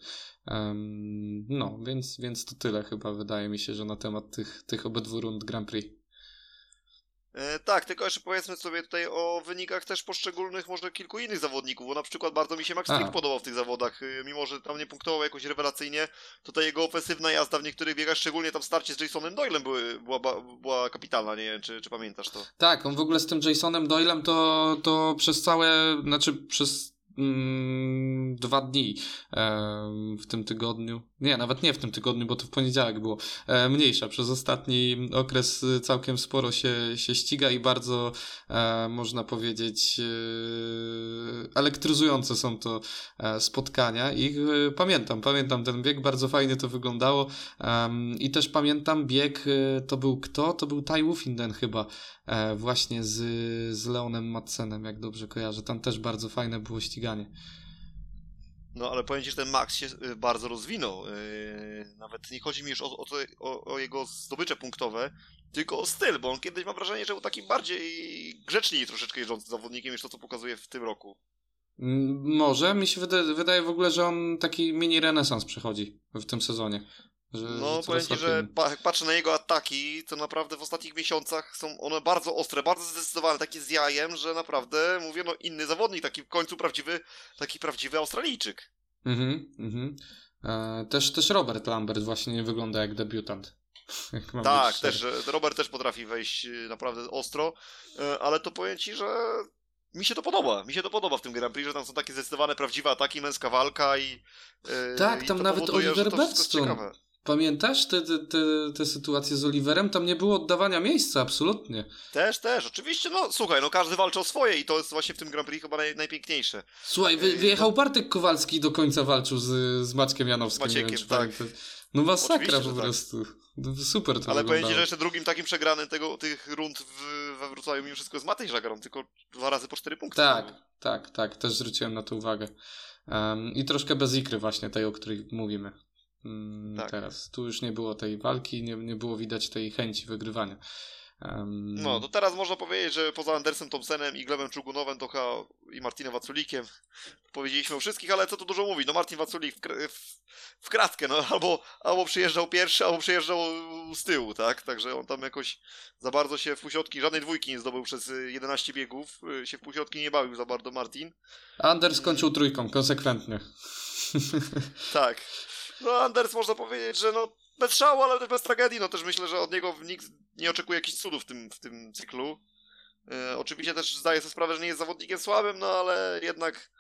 Więc to tyle chyba, wydaje mi się, że na temat tych obydwu rund Grand Prix. Tak, tylko jeszcze powiedzmy sobie tutaj o wynikach też poszczególnych, może kilku innych zawodników, bo na przykład bardzo mi się Max Frick podobał w tych zawodach, mimo że tam nie punktował jakoś rewelacyjnie, to ta jego ofensywna jazda w niektórych biegach, szczególnie tam starcie z Jasonem Doylem była kapitalna, nie wiem czy pamiętasz to. Tak, on w ogóle z tym Jasonem Doylem to przez 2 dni w tym tygodniu, Nie, nawet nie w tym tygodniu, bo to w poniedziałek było. Mniejsza. Przez ostatni okres całkiem sporo się ściga i bardzo, można powiedzieć, elektryzujące są to spotkania. I pamiętam ten bieg, bardzo fajnie to wyglądało. I też pamiętam bieg, to był kto? To był Tai Woffinden chyba. Właśnie z Leonem Madsenem, jak dobrze kojarzę. Tam też bardzo fajne było ściganie. No ale powiem ci, że ten Max się bardzo rozwinął. Nawet nie chodzi mi już o jego zdobycze punktowe, tylko o styl, bo on kiedyś, mam wrażenie, że był takim bardziej grzeczniej troszeczkę jeżdżącym zawodnikiem niż to, co pokazuje w tym roku. Może. Mi się wydaje w ogóle, że on taki mini renesans przechodzi w tym sezonie. No, powiem ci, że jak patrzę na jego ataki, to naprawdę w ostatnich miesiącach są one bardzo ostre, bardzo zdecydowane, takie z jajem, że naprawdę, mówię, no inny zawodnik, taki w końcu taki prawdziwy Australijczyk. Też Robert Lambert właśnie nie wygląda jak debiutant. Tak, Robert też potrafi wejść naprawdę ostro, ale to powiem ci, że mi się to podoba w tym Grand Prix, że tam są takie zdecydowane, prawdziwe ataki, męska walka i tak, i tam to nawet powoduje, Oliver że to wszystko jest Bevston. ciekawe. Pamiętasz te sytuacje z Oliverem? Tam nie było oddawania miejsca, absolutnie. Też, oczywiście, no słuchaj, no każdy walczy o swoje i to jest właśnie w tym Grand Prix chyba najpiękniejsze. Słuchaj, wyjechał Bartek Kowalski i do końca walczył z Maćkiem Janowskim. Z Maciekiem, tak. No masakra Oczywiście, po prostu. Super to ale powiem ci, wyglądało. że jeszcze drugim takim przegranym tych rund we Wrocławiu mimo wszystko jest Matej Żagaron, tylko 2 razy po 4 punkty. Tak, też zwróciłem na to uwagę. I troszkę bez ikry właśnie tej, o której mówimy. Tak. Teraz. Tu już nie było tej walki, nie było widać tej chęci wygrywania. No, to teraz można powiedzieć, że poza Andersem Thompsonem i Glebem Czugunowem i Martinem Waculikiem powiedzieliśmy o wszystkich, ale co tu dużo mówić, no Martin Waculik w kratkę, no albo przyjeżdżał pierwszy, albo przyjeżdżał z tyłu, tak? Także on tam jakoś za bardzo się w półśrodki, żadnej dwójki nie zdobył przez 11 biegów, się w półśrodki nie bawił za bardzo Martin. Anders skończył trójką, konsekwentnie. Tak. No Anders można powiedzieć, że no bez szału, ale też bez tragedii. No też myślę, że od niego nikt nie oczekuje jakichś cudów w tym cyklu. Oczywiście też zdaję sobie sprawę, że nie jest zawodnikiem słabym, no ale jednak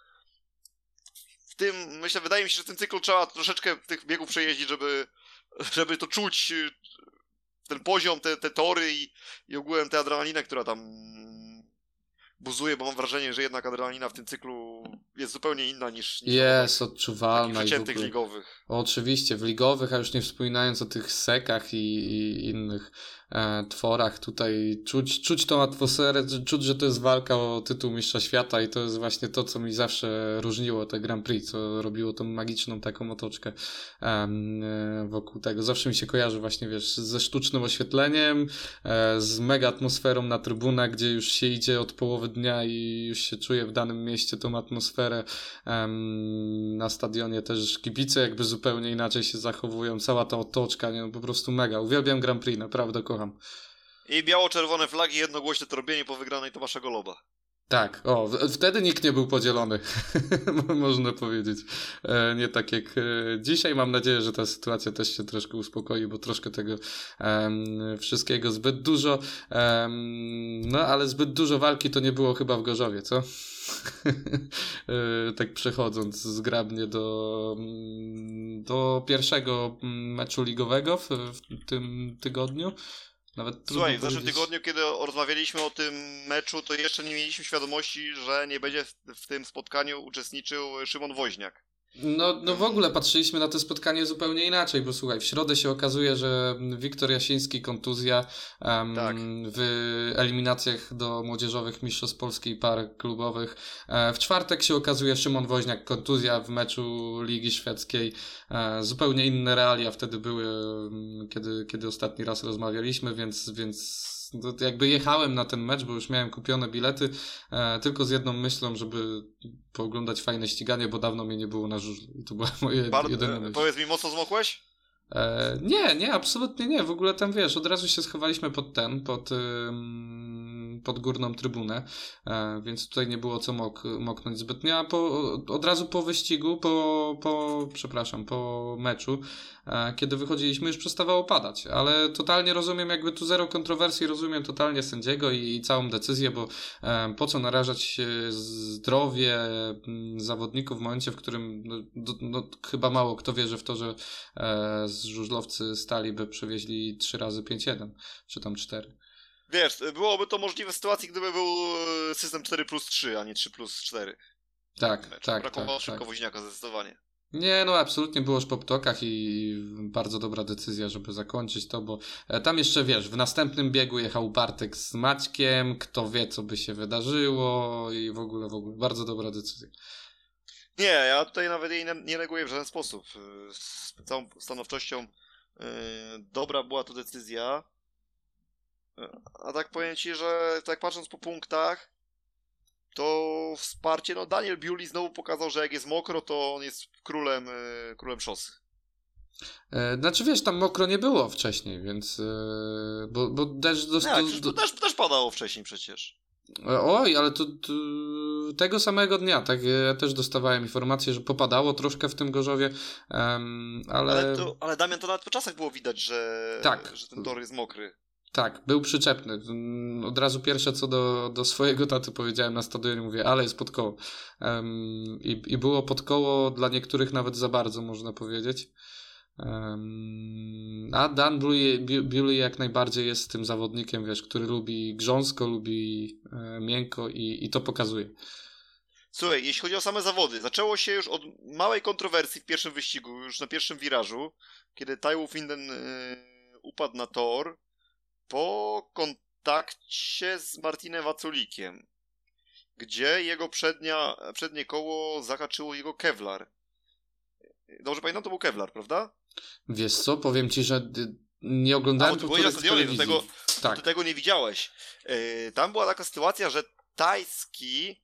wydaje mi się, że w tym cyklu trzeba troszeczkę tych biegów przejeździć, żeby to czuć, ten poziom, te tory i ogółem tę adrenalinę, która tam buzuje, bo mam wrażenie, że jednak adrenalina w tym cyklu jest zupełnie inna niż jest odczuwalna. Takich przeciętnych ligowych. Oczywiście, w ligowych, a już nie wspominając o tych sekach i innych tworach, tutaj czuć tą atmosferę, czuć, że to jest walka o tytuł mistrza świata i to jest właśnie to, co mi zawsze różniło te Grand Prix, co robiło tą magiczną taką otoczkę wokół tego. Zawsze mi się kojarzy właśnie, wiesz, ze sztucznym oświetleniem, z mega atmosferą na trybunach, gdzie już się idzie od połowy dnia i już się czuje w danym mieście tą atmosferę. Na stadionie też kibice jakby zupełnie inaczej się zachowują, cała ta otoczka, nie? No, po prostu mega. Uwielbiam Grand Prix, naprawdę kocham. I biało-czerwone flagi, jednogłośne to robienie po wygranej Tomasza Goloba. Tak, wtedy nikt nie był podzielony, można powiedzieć. Nie tak jak dzisiaj. Mam nadzieję, że ta sytuacja też się troszkę uspokoi, bo troszkę tego wszystkiego zbyt dużo. No, ale zbyt dużo walki to nie było chyba w Gorzowie, co? Tak przechodząc zgrabnie do pierwszego meczu ligowego w tym tygodniu. Słuchaj, w zeszłym tygodniu, kiedy rozmawialiśmy o tym meczu, to jeszcze nie mieliśmy świadomości, że nie będzie w tym spotkaniu uczestniczył Szymon Woźniak. No w ogóle patrzyliśmy na to spotkanie zupełnie inaczej, bo słuchaj, w środę się okazuje, że Wiktor Jasiński kontuzja w eliminacjach do młodzieżowych mistrzostw Polski i par klubowych. W czwartek się okazuje Szymon Woźniak kontuzja w meczu Ligi Szwedzkiej. Zupełnie inne realia wtedy były, kiedy ostatni raz rozmawialiśmy, więc jakby jechałem na ten mecz, bo już miałem kupione bilety tylko z jedną myślą, żeby pooglądać fajne ściganie, bo dawno mnie nie było na żużlu. I to była moje jedyne myśl. Powiedz mi, mocno zmokłeś? Nie, absolutnie nie. W ogóle tam, wiesz, od razu się schowaliśmy pod pod górną trybunę, więc tutaj nie było co moknąć zbytnio, a od razu po wyścigu, po meczu, kiedy wychodziliśmy, już przestawało padać, ale totalnie rozumiem, jakby tu zero kontrowersji, rozumiem totalnie sędziego i całą decyzję, bo po co narażać zdrowie zawodników w momencie, w którym chyba mało kto wierzy w to, że żużlowcy Stali by przewieźli 3 razy 5-1, czy tam 4. Wiesz, byłoby to możliwe w sytuacji, gdyby był system 4+3, a nie 3+4. Tak. Brakowało szybko Woźniaka zdecydowanie. Nie, no absolutnie było już po ptokach i bardzo dobra decyzja, żeby zakończyć to, bo tam jeszcze, wiesz, w następnym biegu jechał Bartek z Maćkiem, kto wie, co by się wydarzyło i w ogóle bardzo dobra decyzja. Nie, ja tutaj nawet jej nie neguję w żaden sposób. Z całą stanowczością dobra była to decyzja. A tak powiem ci, że tak patrząc po punktach, to wsparcie, no Daniel Bewley znowu pokazał, że jak jest mokro, to on jest królem szosy. Znaczy wiesz, tam mokro nie było wcześniej, więc bo deszcz też padało wcześniej przecież. Oj, ale to tego samego dnia, tak, ja też dostawałem informację, że popadało troszkę w tym Gorzowie, ale Damian, to nawet po czasach było widać, że ten tor jest mokry. Tak, był przyczepny. Od razu pierwsze co do swojego taty powiedziałem na stadionie, mówię, ale jest pod koło. I było pod koło dla niektórych nawet za bardzo, można powiedzieć. A Dan Bewley jak najbardziej jest tym zawodnikiem, wiesz, który lubi grząsko, lubi miękko i to pokazuje. Słuchaj, jeśli chodzi o same zawody, zaczęło się już od małej kontrowersji w pierwszym wyścigu, już na pierwszym wirażu, kiedy Taiwo Finden upadł na tor po kontakcie z Martinem Waculikiem, gdzie jego przednie koło zahaczyło jego Kevlar. Dobrze pamiętam, to był Kevlar, prawda? Wiesz co, powiem ci, że nie oglądałem telewizji. Do tego nie widziałeś. Tam była taka sytuacja, że tajski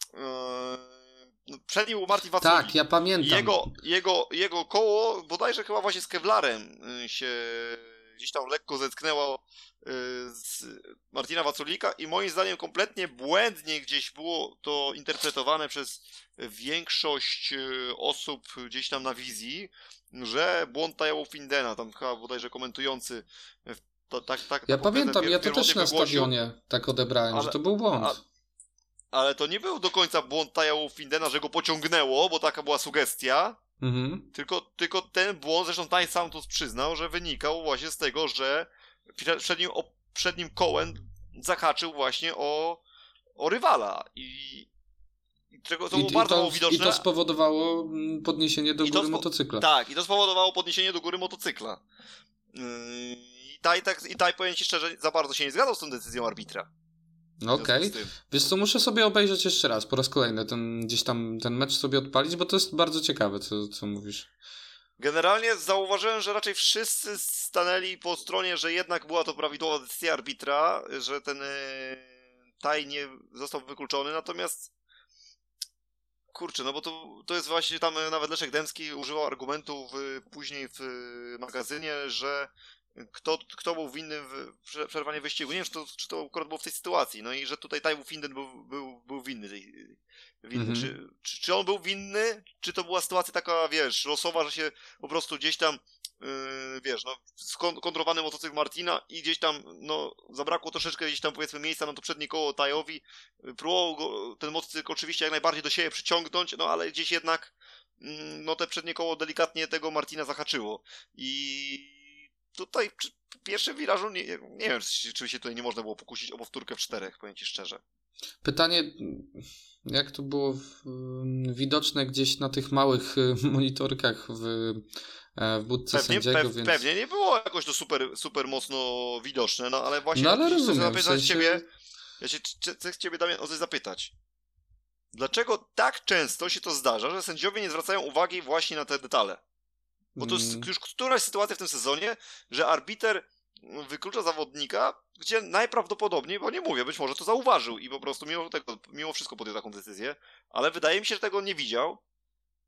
przed nim był Martin Waculik. Tak, ja pamiętam. Jego koło, bodajże chyba właśnie z Kevlarem się gdzieś tam lekko zetknęło z Martina Waculika i moim zdaniem kompletnie błędnie gdzieś było to interpretowane przez większość osób gdzieś tam na wizji, że błąd Taiwo Findena, tam chyba bodajże komentujący ja pamiętam, ja to też na stadionie tak odebrałem, że to był błąd. Ale to nie był do końca błąd Taiwo Findena, że go pociągnęło, bo taka była sugestia. Mhm. Tylko ten błąd, zresztą Taj sam to przyznał, że wynikał właśnie z tego, że przednim kołem zahaczył właśnie o rywala to było bardzo widoczne. I to spowodowało podniesienie do góry motocykla. Tak, i to spowodowało podniesienie do góry motocykla. I Taj, powiem ci szczerze, za bardzo się nie zgadzał z tą decyzją arbitra. Okej. Wiesz co, muszę sobie obejrzeć jeszcze raz, po raz kolejny, gdzieś tam ten mecz sobie odpalić, bo to jest bardzo ciekawe, co mówisz. Generalnie zauważyłem, że raczej wszyscy stanęli po stronie, że jednak była to prawidłowa decyzja arbitra, że ten Taj nie został wykluczony, natomiast kurczę, no bo to jest właśnie tam nawet Leszek Dębski używał argumentu później w magazynie, że kto był winny w przerwanie wyścigu. Nie wiem, czy to akurat było w tej sytuacji. No i że tutaj Taiwo Finden był winny. Czy on był winny? Czy to była sytuacja taka, wiesz, losowa, że się po prostu gdzieś tam, wiesz, no, skontrowany motocykl Martina i gdzieś tam, no, zabrakło troszeczkę gdzieś tam, powiedzmy, miejsca na to przednie koło Tajowi. Próbował go, ten motocykl oczywiście jak najbardziej do siebie przyciągnąć, no ale gdzieś jednak, no, te przednie koło delikatnie tego Martina zahaczyło. I tutaj przy pierwszym wirażu nie wiem, czy się tutaj nie można było pokusić o powtórkę w 4, powiem ci szczerze. Pytanie, jak to było widoczne gdzieś na tych małych monitorkach w budce sędziego, więc... Pewnie nie było jakoś to super mocno widoczne, no ale właśnie... No ale rozumiem, w sensie... Ja chcę ciebie, Damian, o coś zapytać. Dlaczego tak często się to zdarza, że sędziowie nie zwracają uwagi właśnie na te detale? Bo to jest już któraś sytuacja w tym sezonie, że arbiter wyklucza zawodnika, gdzie najprawdopodobniej, bo nie mówię, być może to zauważył i po prostu mimo wszystko podjął taką decyzję, ale wydaje mi się, że tego nie widział.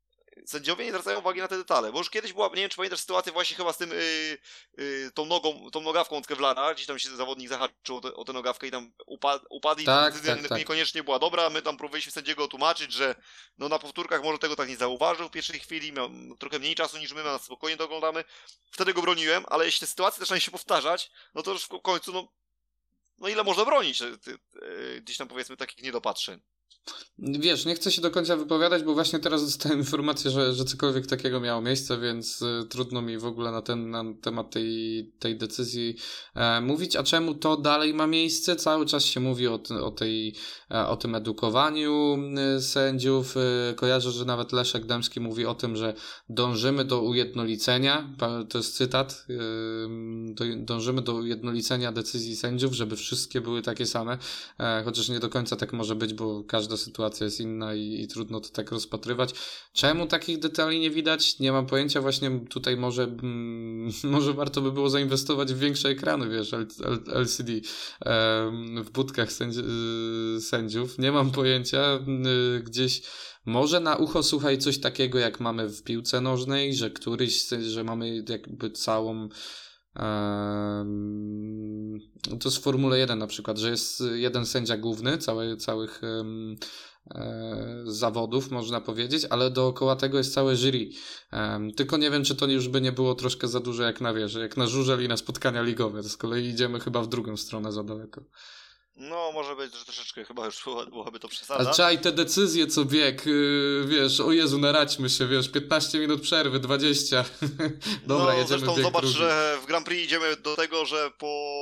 sędziowie nie zwracają uwagi na te detale, bo już kiedyś była, nie wiem czy pamiętasz sytuację właśnie chyba z tym, tą nogawką od Kevlara, gdzieś tam się zawodnik zahaczył o tę nogawkę i tam upadł i ta decyzja niekoniecznie była dobra, my tam próbowaliśmy sędziego tłumaczyć, że no na powtórkach może tego tak nie zauważył w pierwszej chwili, miał trochę mniej czasu niż my spokojnie to oglądamy, wtedy go broniłem, ale jeśli te sytuacje zaczynają się powtarzać, no to już w końcu, no ile można bronić gdzieś tam powiedzmy takich niedopatrzeń. Wiesz, nie chcę się do końca wypowiadać, bo właśnie teraz dostałem informację, że cokolwiek takiego miało miejsce, więc trudno mi w ogóle na temat tej decyzji mówić. A czemu to dalej ma miejsce? Cały czas się mówi o tym edukowaniu sędziów. Kojarzę, że nawet Leszek Dębski mówi o tym, że dążymy do ujednolicenia, to jest cytat, dążymy do ujednolicenia decyzji sędziów, żeby wszystkie były takie same, chociaż nie do końca tak może być, bo każda sytuacja jest inna i trudno to tak rozpatrywać. Czemu takich detali nie widać? Nie mam pojęcia. Właśnie tutaj może warto by było zainwestować w większe ekrany, wiesz, LCD w budkach sędziów. Nie mam pojęcia. Gdzieś może na ucho, słuchaj, coś takiego jak mamy w piłce nożnej, że mamy jakby całą to jest w Formule 1 na przykład, że jest jeden sędzia główny całych zawodów, można powiedzieć, ale dookoła tego jest całe jury. Tylko nie wiem, czy to już by nie było troszkę za dużo jak na żużel i na spotkania ligowe. Z kolei idziemy chyba w drugą stronę za daleko. No, może być, że troszeczkę chyba już byłaby to przesada. A czaj te decyzje co bieg, wiesz, o Jezu, naradźmy się, wiesz, 15 minut przerwy, 20. Dobra, jedziemy zresztą bieg zobacz, drugi. że w Grand Prix idziemy do tego, że po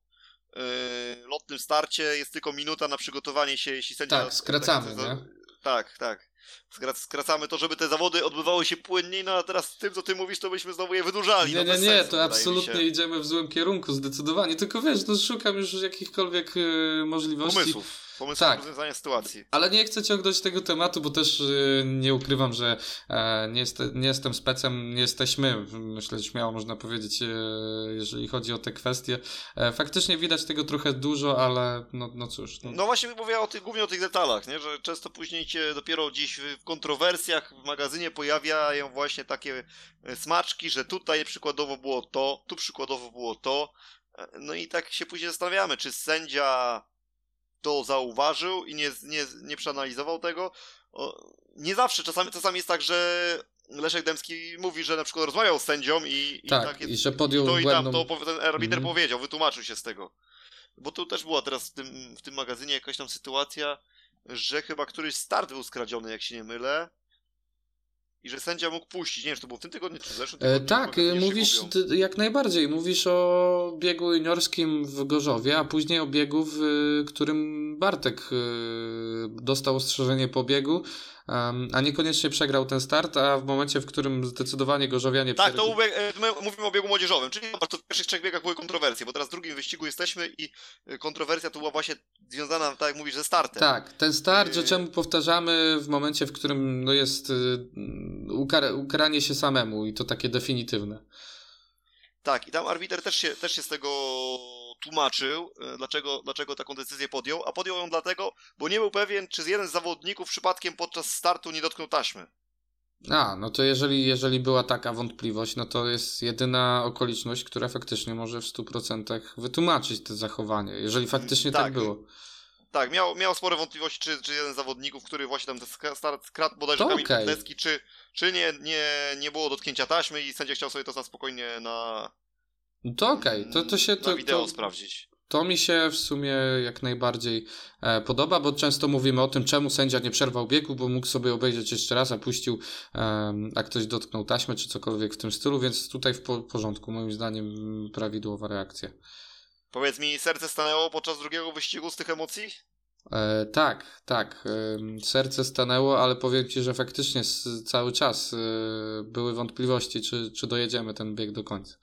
lotnym starcie jest tylko minuta na przygotowanie się, jeśli sędzia... Tak, skracamy, nie? Tak. Skracamy to, żeby te zawody odbywały się płynniej, no a teraz tym, co ty mówisz, to byśmy znowu je wydłużali. Nie, bez sensu, to absolutnie idziemy w złym kierunku, zdecydowanie. Tylko wiesz, szukam już jakichkolwiek możliwości. Pomysłów tak. rozwiązania sytuacji. Ale nie chcę ciągnąć tego tematu, bo też nie ukrywam, że nie jestem specem, nie jesteśmy, myślę, że śmiało można powiedzieć, jeżeli chodzi o te kwestie. Faktycznie widać tego trochę dużo, ale no cóż. No właśnie mówię głównie o tych detalach, nie? Że często później cię dopiero gdzieś w kontrowersjach w magazynie pojawiają właśnie takie smaczki, że tutaj przykładowo było to, tu przykładowo było to. No i tak się później zastanawiamy, czy sędzia to zauważył i nie przeanalizował tego. Nie zawsze, czasami jest tak, że Leszek Dębski mówi, że na przykład rozmawiał z sędzią i i że podjął to błędną... i tam, ten arbiter powiedział, wytłumaczył się z tego. Bo tu też była teraz w tym magazynie jakaś tam sytuacja, że chyba któryś start był skradziony, jak się nie mylę. I że sędzia mógł puścić. Nie wiem, czy to było w tym tygodniu, czy w zeszłym tygodniu. Tak, mówisz jak najbardziej. Mówisz o biegu juniorskim w Gorzowie, a później o biegu, w którym Bartek dostał ostrzeżenie po biegu, a niekoniecznie przegrał ten start, a w momencie, w którym zdecydowanie gorzowianie... Tak, to my mówimy o biegu młodzieżowym, czyli to w pierwszych 3 biegach były kontrowersje, bo teraz w drugim wyścigu jesteśmy i kontrowersja tu była właśnie związana, tak jak mówisz, ze startem. Tak, ten start, że czemu powtarzamy w momencie, w którym jest ukaranie się samemu i to takie definitywne. Tak, i tam arbiter też się z tego tłumaczył, dlaczego taką decyzję podjął, a podjął ją dlatego, bo nie był pewien, czy jeden z zawodników przypadkiem podczas startu nie dotknął taśmy. No to jeżeli była taka wątpliwość, no to jest jedyna okoliczność, która faktycznie może w 100% wytłumaczyć te zachowanie, jeżeli faktycznie tak było. Tak, miał spore wątpliwości, czy jeden z zawodników, który właśnie tam ten start skradł bodajże kamień pod deski, czy nie było dotknięcia taśmy i sędzia chciał sobie to na spokojnie na wideo sprawdzić. To mi się w sumie jak najbardziej podoba, bo często mówimy o tym, czemu sędzia nie przerwał biegu, bo mógł sobie obejrzeć jeszcze raz, a puścił, a ktoś dotknął taśmy, czy cokolwiek w tym stylu, więc tutaj w porządku, moim zdaniem prawidłowa reakcja. Powiedz mi, serce stanęło podczas drugiego wyścigu z tych emocji? Tak. Serce stanęło, ale powiem Ci, że faktycznie cały czas były wątpliwości, czy dojedziemy ten bieg do końca.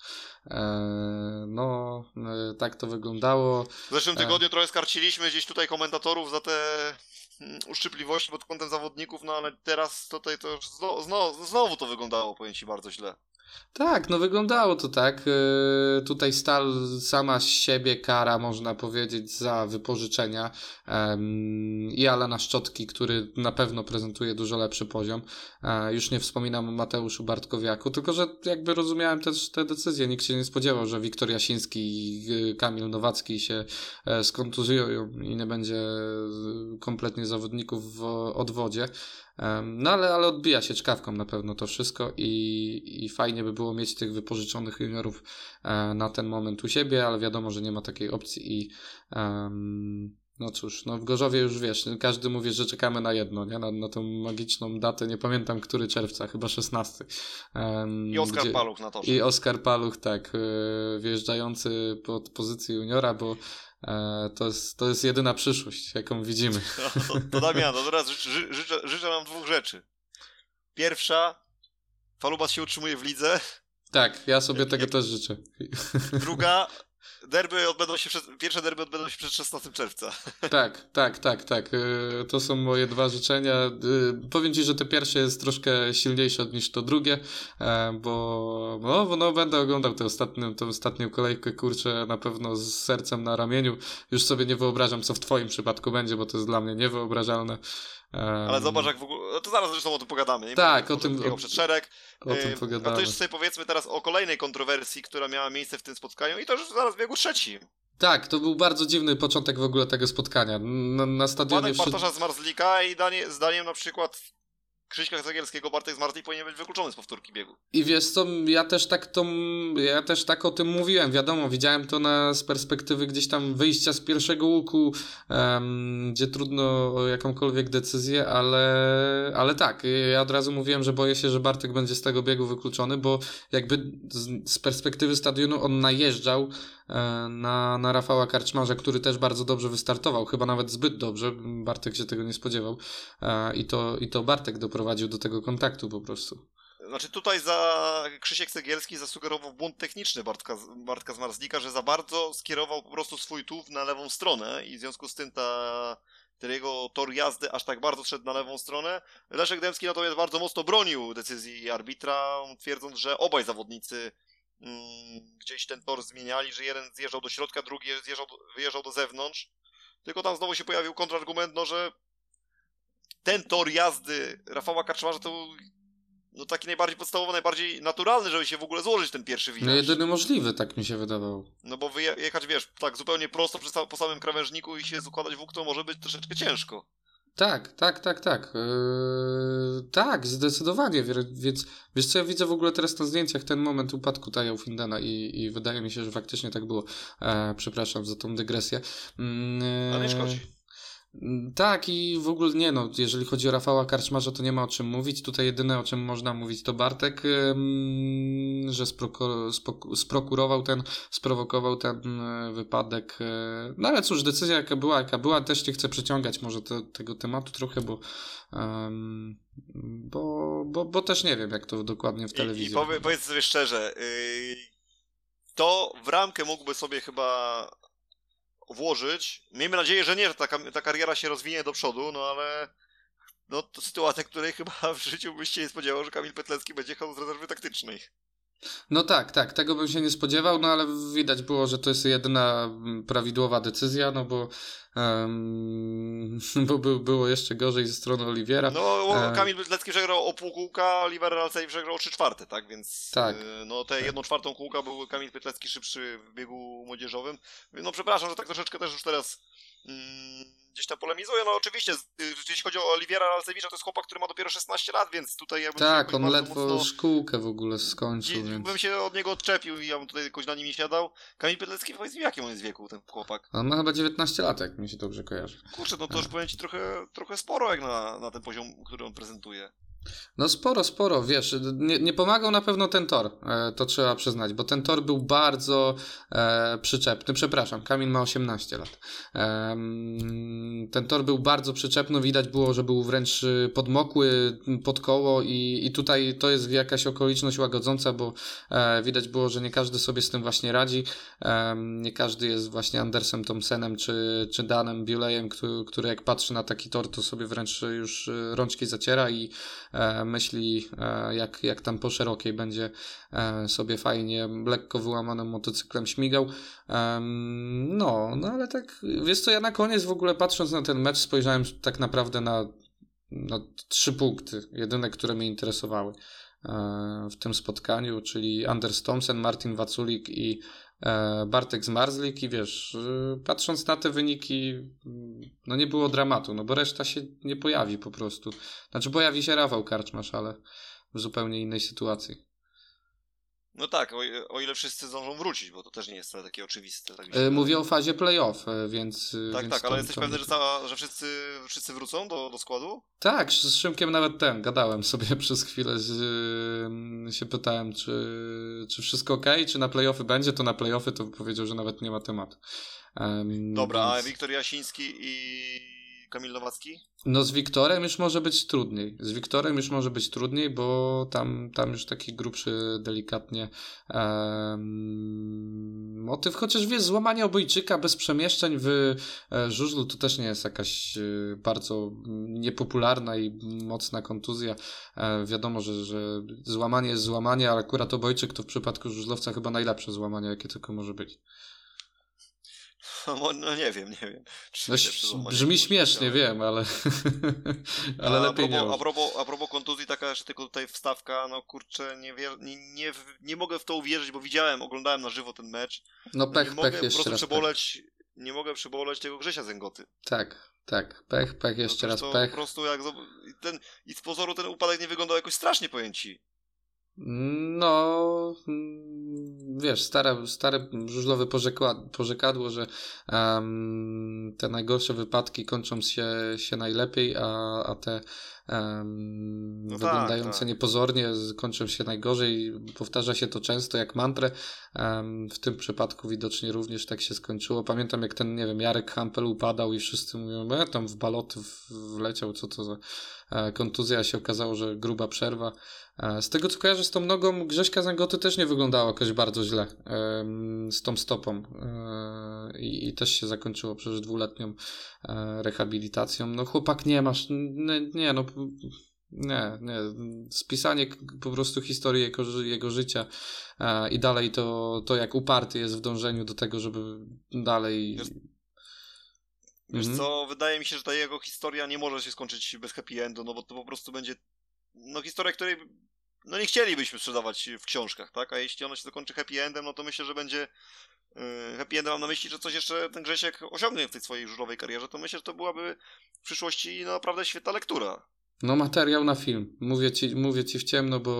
Tak to wyglądało. W zeszłym tygodniu trochę skarciliśmy gdzieś tutaj komentatorów za te uszczypliwości pod kątem zawodników, no ale teraz tutaj to już znowu to wyglądało, powiem Ci, bardzo źle. Tak, no wyglądało to tak. Tutaj Stal sama z siebie kara, można powiedzieć, za wypożyczenia i Alana Szczotki, który na pewno prezentuje dużo lepszy poziom. Już nie wspominam o Mateuszu Bartkowiaku, tylko że jakby rozumiałem też te decyzje. Nikt się nie spodziewał, że Wiktor Jasiński i Kamil Nowacki się skontuzują i nie będzie kompletnie zawodników w odwodzie. No ale odbija się czkawką na pewno to wszystko i fajnie by było mieć tych wypożyczonych juniorów na ten moment u siebie, ale wiadomo, że nie ma takiej opcji i no cóż, no w Gorzowie już wiesz, każdy mówi, że czekamy na jedno, nie? Na tą magiczną datę, nie pamiętam który czerwca, chyba 16. I Oskar Paluch na torze. I Oskar Paluch, tak, wjeżdżający pod pozycję juniora, bo to jest jedyna przyszłość, jaką widzimy. To Damian, to teraz życzę nam dwóch rzeczy. Pierwsza, Falubas się utrzymuje w lidze. Tak, ja sobie tego też życzę. Druga, pierwsze derby odbędą się przed 16 czerwca. Tak. To są moje dwa życzenia. Powiem ci, że to pierwsze jest troszkę silniejsze niż to drugie, bo będę oglądał tę ostatnią kolejkę, kurczę, na pewno z sercem na ramieniu. Już sobie nie wyobrażam, co w twoim przypadku będzie, bo to jest dla mnie niewyobrażalne. Ale zobacz, jak w ogóle. No to zaraz zresztą o tym pogadamy. Nie? Tak, o tym przed szereg. O tym pogadamy. A to jeszcze sobie powiedzmy teraz o kolejnej kontrowersji, która miała miejsce w tym spotkaniu i to już zaraz w biegu trzecim. Tak, to był bardzo dziwny początek w ogóle tego spotkania. Na stadionie... Bartosza z Marzlika i zdaniem na przykład Krzyśka Cegielskiego Bartek Zmartli powinien być wykluczony z powtórki biegu. I wiesz co, ja też tak o tym mówiłem, wiadomo, widziałem to z perspektywy gdzieś tam wyjścia z pierwszego łuku, gdzie trudno o jakąkolwiek decyzję, ale tak, ja od razu mówiłem, że boję się, że Bartek będzie z tego biegu wykluczony, bo jakby z perspektywy stadionu on najeżdżał na Rafała Karczmarza, który też bardzo dobrze wystartował, chyba nawet zbyt dobrze, Bartek się tego nie spodziewał i to Bartek doprowadził do tego kontaktu po prostu. Znaczy tutaj Krzysiek Cegielski zasugerował błąd techniczny Bartka z Marzlika, że za bardzo skierował po prostu swój tułów na lewą stronę i w związku z tym ten jego tor jazdy aż tak bardzo szedł na lewą stronę. Leszek Dębski natomiast bardzo mocno bronił decyzji arbitra, twierdząc, że obaj zawodnicy gdzieś ten tor zmieniali, że jeden zjeżdżał do środka, drugi wyjeżdżał do zewnątrz. Tylko tam znowu się pojawił kontrargument, że ten tor jazdy Rafała Karczmarza to taki najbardziej podstawowy, najbardziej naturalny, żeby się w ogóle złożyć ten pierwszy wiraż. No jedyny możliwy, tak mi się wydawało. No bo wyjechać, wiesz, tak zupełnie prosto po samym krawężniku i się układać w łuk, to może być troszeczkę ciężko. Tak. Tak, zdecydowanie. Więc wiesz co, ja widzę w ogóle teraz na zdjęciach ten moment upadku Taja Findena i wydaje mi się, że faktycznie tak było. Przepraszam za tą dygresję. Ale nie szkodzi. Tak i w ogóle nie, jeżeli chodzi o Rafała Karczmarza, to nie ma o czym mówić. Tutaj jedyne o czym można mówić to Bartek, że sprowokował ten wypadek. No ale cóż, decyzja jaka była, też nie chcę przeciągać może tego tematu trochę, bo też nie wiem jak to dokładnie w telewizji. I powiedz sobie szczerze, to w ramkę mógłby sobie chyba włożyć. Miejmy nadzieję, że nie, że ta kariera się rozwinie do przodu, ale to sytuacja, której chyba w życiu byś się nie spodziewał, że Kamil Petlecki będzie jechał z rezerwy taktycznej. No tak, tego bym się nie spodziewał, ale widać było, że to jest jedyna prawidłowa decyzja, bo było jeszcze gorzej ze strony Oliwiera. Kamil Petlecki przegrał o pół kółka, Oliver Ralsej przegrał o 3/4, tak? Więc tak. Te 1/4 kółka był Kamil Petlecki szybszy w biegu młodzieżowym. Przepraszam, że tak troszeczkę też już teraz gdzieś tam polemizuję. Oczywiście, jeśli chodzi o Oliwiera Ralsewicza, to jest chłopak, który ma dopiero 16 lat, więc tutaj ja bym tak, on ledwo szkółkę w ogóle skończył. Więc bym się od niego odczepił i ja bym tutaj jakoś na nim nie siadał. Kamil Petlecki, powiedz mi, jakim on jest wieku, ten chłopak? On ma chyba 19 lat, jak mi się dobrze kojarzy. Kurczę, to już powiem ci trochę sporo jak na ten poziom, który on prezentuje. No sporo, wiesz, nie pomagał na pewno ten tor, to trzeba przyznać, bo ten tor był bardzo przyczepny, przepraszam, Kamil ma 18 lat. Ten tor był bardzo przyczepny, widać było, że był wręcz podmokły pod koło i tutaj to jest jakaś okoliczność łagodząca, bo widać było, że nie każdy sobie z tym właśnie radzi, nie każdy jest właśnie Andersem Thompsonem czy Danem Bulejem, który jak patrzy na taki tor, to sobie wręcz już rączki zaciera i myśli, jak tam po szerokiej będzie sobie fajnie, lekko wyłamanym motocyklem śmigał. No ale tak, wiesz co, ja na koniec w ogóle patrząc na ten mecz spojrzałem tak naprawdę na 3 punkty, jedyne, które mnie interesowały w tym spotkaniu, czyli Anders Thomsen, Martin Waculik i Bartek Zmarzlik i wiesz, patrząc na te wyniki, no nie było dramatu, no bo reszta się nie pojawi po prostu. Znaczy pojawi się Rafał Karczmarz, ale w zupełnie innej sytuacji. No tak, o ile wszyscy zdążą wrócić, bo to też nie jest wcale takie oczywiste. Tak Mówię o fazie play-off, więc... Tak, więc tak, ale jesteś pewny, nie... że wszyscy wrócą do składu? Tak, z Szymkiem nawet gadałem sobie przez chwilę, się pytałem, czy wszystko okej, czy na play-offy będzie, to na play-offy to powiedział, że nawet nie ma tematu. Dobra, więc... a Wiktor Jasiński i Kamil Nowacki? No z Wiktorem już może być trudniej. Bo tam już taki grubszy delikatnie motyw, chociaż wiesz, złamanie obojczyka bez przemieszczeń w żużlu to też nie jest jakaś bardzo niepopularna i mocna kontuzja. Wiadomo, że złamanie jest złamanie, ale akurat obojczyk to w przypadku żużlowca chyba najlepsze złamanie, jakie tylko może być. No nie wiem. No, brzmi śmiesznie, wiem, ale ale lepiej nie. A propos kontuzji, taka jeszcze tylko tutaj wstawka, no kurczę, nie mogę w to uwierzyć, bo oglądałem na żywo ten mecz. No pech jeszcze raz. Nie mogę przeboleć tego Grzesia Zęgoty. Tak, pech jeszcze raz to pech. Po prostu i z pozoru ten upadek nie wyglądał jakoś strasznie, powiem ci. No, wiesz, stare żużlowe porzekadło, że te najgorsze wypadki kończą się najlepiej, a te wyglądające tak. niepozornie kończą się najgorzej. Powtarza się to często jak mantrę. W tym przypadku widocznie również tak się skończyło. Pamiętam, jak ten, nie wiem, Jarek Hampel upadał i wszyscy mówią, tam w baloty wleciał, co to za kontuzja, się okazało, że gruba przerwa. Z tego, co kojarzę z tą nogą, Grześka Zęgoty też nie wyglądało jakoś bardzo źle z tą stopą i też się zakończyło przecież 2-letnią rehabilitacją. No chłopak nie masz, nie, spisanie po prostu historii jego życia i dalej to jak uparty jest w dążeniu do tego, żeby dalej... Wiesz co, wydaje mi się, że ta jego historia nie może się skończyć bez happy endu, no bo to po prostu będzie historia, której nie chcielibyśmy sprzedawać w książkach, tak? A jeśli ona się zakończy happy endem, no to myślę, że będzie happy endem, mam na myśli, że coś jeszcze ten Grzesiek osiągnie w tej swojej żużlowej karierze, to myślę, że to byłaby w przyszłości naprawdę świetna lektura. No materiał na film. Mówię ci w ciemno, bo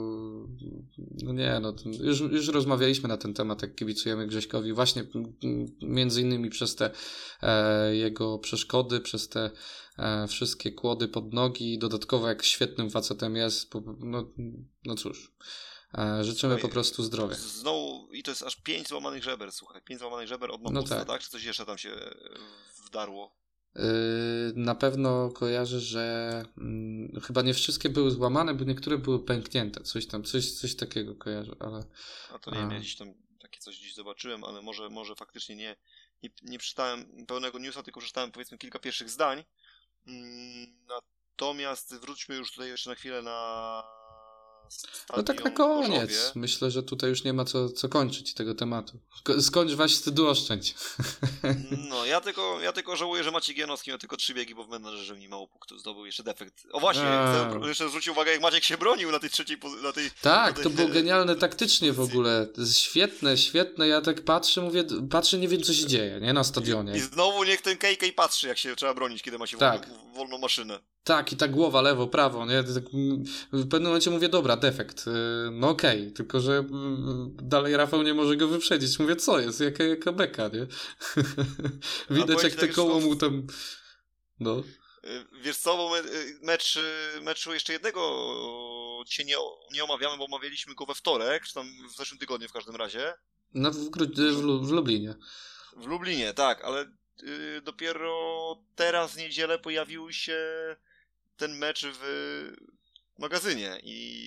już rozmawialiśmy na ten temat, jak kibicujemy Grześkowi, właśnie między innymi przez te jego przeszkody, przez te wszystkie kłody pod nogi, dodatkowo jak świetnym facetem jest, no cóż, życzymy po prostu zdrowia. Znowu, i to jest aż 5 złamanych żeber, słuchaj, 5 złamanych żeber od nogi, tak? Czy coś jeszcze tam się wdarło? Na pewno kojarzę, że chyba nie wszystkie były złamane, bo niektóre były pęknięte. Coś takiego kojarzę, ale... A to nie wiem, ja gdzieś tam takie coś gdzieś zobaczyłem, ale może faktycznie nie przeczytałem pełnego newsa, tylko przeczytałem powiedzmy kilka pierwszych zdań. Natomiast wróćmy już tutaj jeszcze na chwilę na... No tak na koniec. Myślę, że tutaj już nie ma co kończyć tego tematu. Skończ wstydu oszczędź. No, ja tylko żałuję, że Maciek Janowski miał tylko 3 biegi, bo w menadżerze mi mało punktów zdobył, jeszcze defekt. O właśnie, chcę jeszcze zwrócić uwagę, jak Maciek się bronił na tej trzeciej pozycji. Tak, to było genialne taktycznie w ogóle. Świetne. Ja tak patrzę, nie wiem co się dzieje, nie? Na stadionie. I znowu niech ten KK patrzy, jak się trzeba bronić, kiedy ma się wolną maszynę. Tak, i ta głowa lewo, prawo, nie? Tak, w pewnym momencie mówię, dobra, defekt, no okej, tylko że dalej Rafał nie może go wyprzedzić. Mówię, co jest? Jaka beka, nie? Widać, jak te koło mu tam... No. Wiesz co, bo meczu jeszcze jednego dzisiaj nie omawiamy, bo omawialiśmy go we wtorek, czy tam w zeszłym tygodniu w każdym razie. No w Lublinie. W Lublinie, tak, ale dopiero teraz w niedzielę pojawił się ten mecz w magazynie i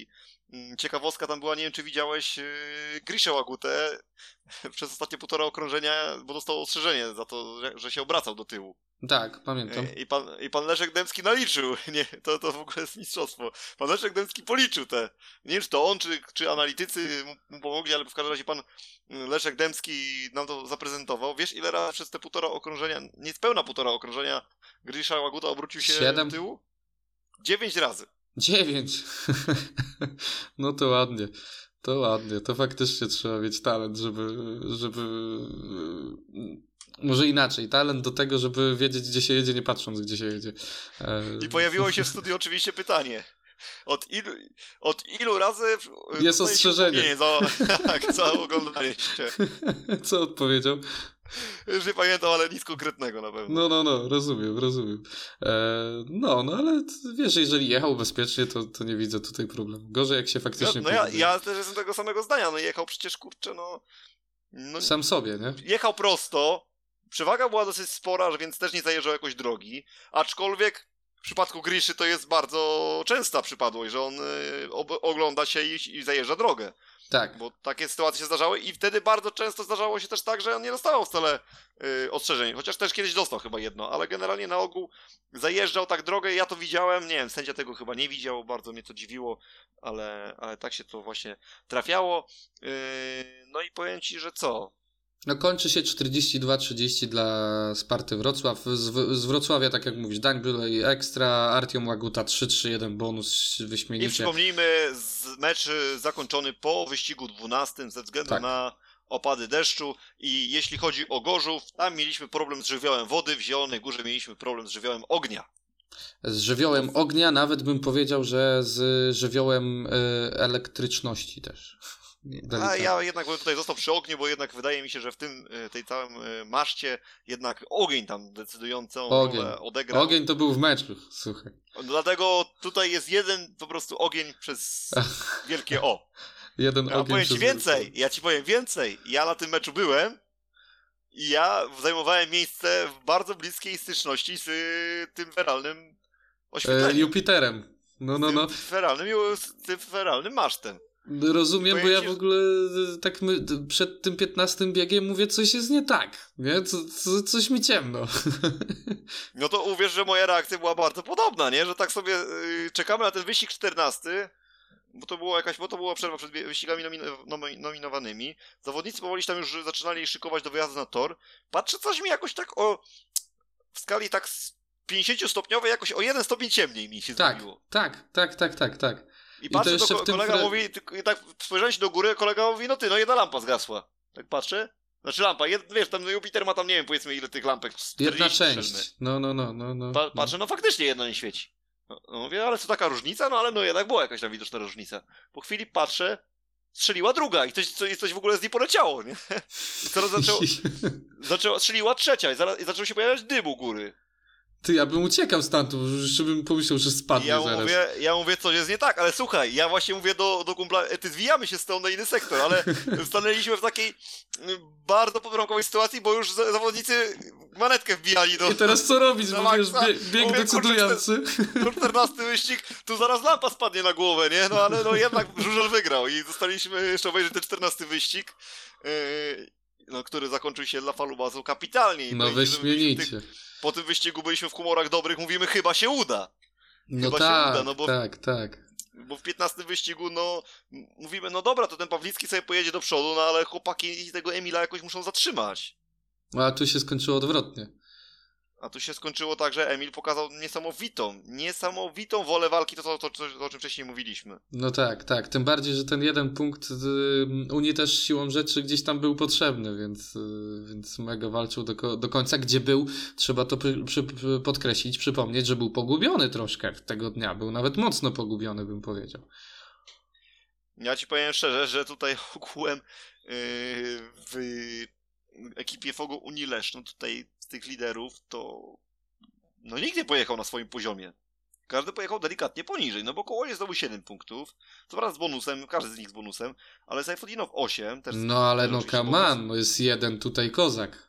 ciekawostka tam była, nie wiem czy widziałeś, Griszę Łagutę przez ostatnie 1,5 okrążenia, bo dostał ostrzeżenie za to, że się obracał do tyłu. Tak, pamiętam. I pan Leszek Dębski naliczył. Nie, to w ogóle jest mistrzostwo. Pan Leszek Dębski policzył te. Nie wiem, czy to on, czy analitycy mu pomogli, ale w każdym razie pan Leszek Dębski nam to zaprezentował. Wiesz, ile razy przez te 1,5 okrążenia, niespełna 1,5 okrążenia, Grisza Łaguta obrócił się 7? do tyłu? 9 razy. 9! No to ładnie. To ładnie. To faktycznie trzeba mieć talent, żeby... Może inaczej. Talent do tego, żeby wiedzieć, gdzie się jedzie, nie patrząc, gdzie się jedzie. I pojawiło się w studiu oczywiście pytanie. Od ilu razy jest ostrzeżenie? Nie, za oglądanie się. Co odpowiedział? Już nie pamiętam, ale nic konkretnego na pewno. No, rozumiem. No, ale wiesz, jeżeli jechał bezpiecznie, to nie widzę tutaj problemu. Gorzej, jak się faktycznie... Ja też jestem tego samego zdania. No jechał przecież, kurczę, sam sobie, nie? Jechał prosto. Przewaga była dosyć spora, więc też nie zajeżdżał jakoś drogi. Aczkolwiek w przypadku Griszy to jest bardzo częsta przypadłość, że on ogląda się i zajeżdża drogę. Tak. Bo takie sytuacje się zdarzały i wtedy bardzo często zdarzało się też tak, że on nie dostawał wcale ostrzeżeń. Chociaż też kiedyś dostał chyba jedno, ale generalnie na ogół zajeżdżał tak drogę, ja to widziałem, nie wiem, sędzia tego chyba nie widział, bardzo mnie to dziwiło, ale tak się to właśnie trafiało. No i powiem ci, że co? No kończy się 42-30 dla Sparty Wrocław. Z Wrocławia, tak jak mówisz, Dań Bylej ekstra, Artiom Łaguta 3-3-1 bonus wyśmienicie. I przypomnijmy, mecz zakończony po wyścigu 12 ze względu na opady deszczu i jeśli chodzi o Gorzów, tam mieliśmy problem z żywiołem wody, w Zielonej Górze mieliśmy problem z żywiołem ognia. Z żywiołem ognia, nawet bym powiedział, że z żywiołem elektryczności też. A ja jednak bym tutaj został przy ogniu, bo jednak wydaje mi się, że w tej całym maszcie jednak ogień tam decydującą rolę odegrał. Ogień to był w meczu, słuchaj. Dlatego tutaj jest jeden po prostu ogień przez wielkie O. Ja ci powiem więcej. Ja na tym meczu byłem i ja zajmowałem miejsce w bardzo bliskiej styczności z tym feralnym oświetleniem. Jupiterem. Tym feralnym masztem. Rozumiem, bo ja w ogóle tak przed tym 15 biegiem mówię, coś jest nie tak, nie? Coś mi ciemno. No to uwierz, że moja reakcja była bardzo podobna, nie? Że tak sobie czekamy na ten wyścig 14, bo to była przerwa przed wyścigami nominowanymi. Zawodnicy powoli tam już zaczynali szykować do wyjazdu na tor. Patrzę, coś mi jakoś tak w skali tak 50-stopniowej jakoś o 1 stopień ciemniej mi się zrobiło. Tak. I patrzę, to kolega mówi, i tak spojrzałem się do góry, kolega mówi, jedna lampa zgasła. Tak patrzę. Znaczy lampa, wiesz, tam Jupiter ma tam, nie wiem, powiedzmy ile tych lampek. 40, jedna część. Patrzę, faktycznie jedna nie świeci. Mówię, ale co taka różnica? Ale jednak była jakaś tam widoczna różnica. Po chwili patrzę, strzeliła druga i coś w ogóle z niej poleciało, nie? I coraz strzeliła trzecia i zaczął się pojawiać dym u góry. Ty, ja bym uciekał stamtąd, jeszcze bym pomyślał, że spadnie zaraz. Ja mówię, coś jest nie tak, ale słuchaj, ja właśnie mówię do kumpla, ty zwijamy się z tą na inny sektor, ale stanęliśmy w takiej bardzo podrąkowej sytuacji, bo już zawodnicy manetkę wbijali do... I teraz co robić, bo wiesz, bieg decydujący. 14 wyścig, tu zaraz lampa spadnie na głowę, nie? Ale jednak Żużel wygrał i zostaliśmy jeszcze obejrzeć ten 14 wyścig, który zakończył się dla Falubazu kapitalnie. Wyśmienicie. Po tym wyścigu byliśmy w humorach dobrych, mówimy, chyba się uda. Tak. Bo w 15 wyścigu, mówimy, dobra, to ten Pawlicki sobie pojedzie do przodu, ale chłopaki tego Emila jakoś muszą zatrzymać. A tu się skończyło odwrotnie. A tu się skończyło tak, że Emil pokazał niesamowitą wolę walki, to o czym wcześniej mówiliśmy. No tak. Tym bardziej, że ten jeden punkt Unii też siłą rzeczy gdzieś tam był potrzebny, więc mega walczył do końca. Gdzie był, trzeba to podkreślić, przypomnieć, że był pogubiony troszkę tego dnia. Był nawet mocno pogubiony, bym powiedział. Ja ci powiem szczerze, że tutaj ogółem w ekipie Fogo Unii Leszno, tutaj z tych liderów, to nikt nie pojechał na swoim poziomie. Każdy pojechał delikatnie poniżej, bo Kołonie zdobył 7 punktów, co prawda z bonusem, każdy z nich z bonusem, ale Sajfudinow 8. Też ale come on, jest jeden tutaj kozak.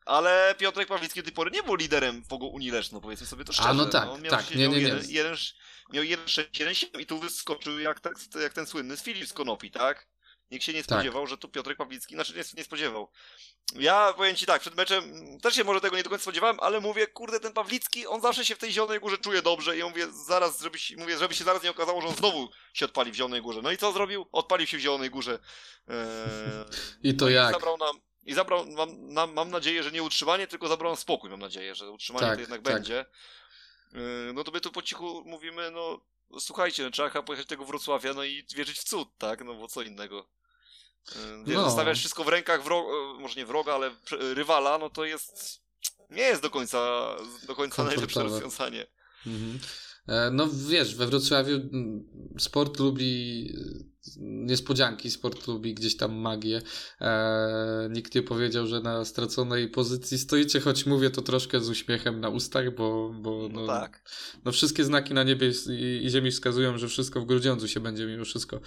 Ale Piotrek Pawlicki do tej pory nie był liderem w ogóle Unii Leszno, powiedzmy sobie to szczerze. A no tak, on miał, tak, miał nie. miał 1,6-1,7 i tu wyskoczył jak ten słynny z Filip z Konopi, tak? Nikt się nie spodziewał, że tu Piotrek Pawlicki, znaczy nie spodziewał. Ja powiem ci tak, przed meczem też się może tego nie do końca spodziewałem, ale mówię, kurde, ten Pawlicki, on zawsze się w tej Zielonej Górze czuje dobrze i ja mówię, zaraz, żeby się zaraz nie okazało, że on znowu się odpali w Zielonej Górze. No i co zrobił? Odpalił się w Zielonej Górze. I to jak? Zabrał nam, mam nadzieję, że nie utrzymanie, tylko zabrał nam spokój, mam nadzieję, że utrzymanie to jednak będzie. No to my tu po cichu mówimy, no słuchajcie, no, trzeba pojechać do tego Wrocławia, no i wierzyć w cud, tak? No bo co innego. Zostawiać wszystko w rękach może nie wroga, ale rywala, no to nie jest do końca najlepsze rozwiązanie. Mhm. No wiesz, we Wrocławiu sport lubi niespodzianki, sport lubi gdzieś tam magię. Nikt nie powiedział, że na straconej pozycji stoicie, choć mówię to troszkę z uśmiechem na ustach, bo no tak. No wszystkie znaki na niebie i ziemi wskazują, że wszystko w Grudziądzu się będzie mimo wszystko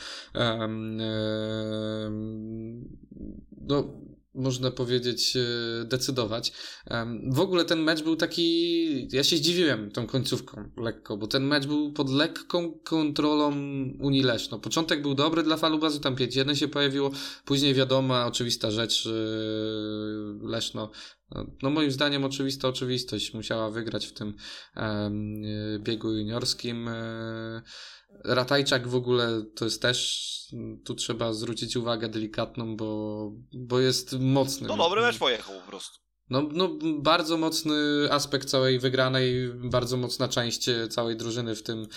no można powiedzieć, decydować. W ogóle ten mecz był taki... Ja się zdziwiłem tą końcówką lekko, bo ten mecz był pod lekką kontrolą Unii Leszno. Początek był dobry dla Falubazu, tam 5-1 się pojawiło, później wiadoma, oczywista rzecz, Leszno. No moim zdaniem oczywista oczywistość. Musiała wygrać w tym biegu juniorskim. Ratajczak w ogóle to jest też, tu trzeba zwrócić uwagę delikatną, bo jest mocny. No dobry mecz pojechał po prostu. No bardzo mocny aspekt całej wygranej, bardzo mocna część całej drużyny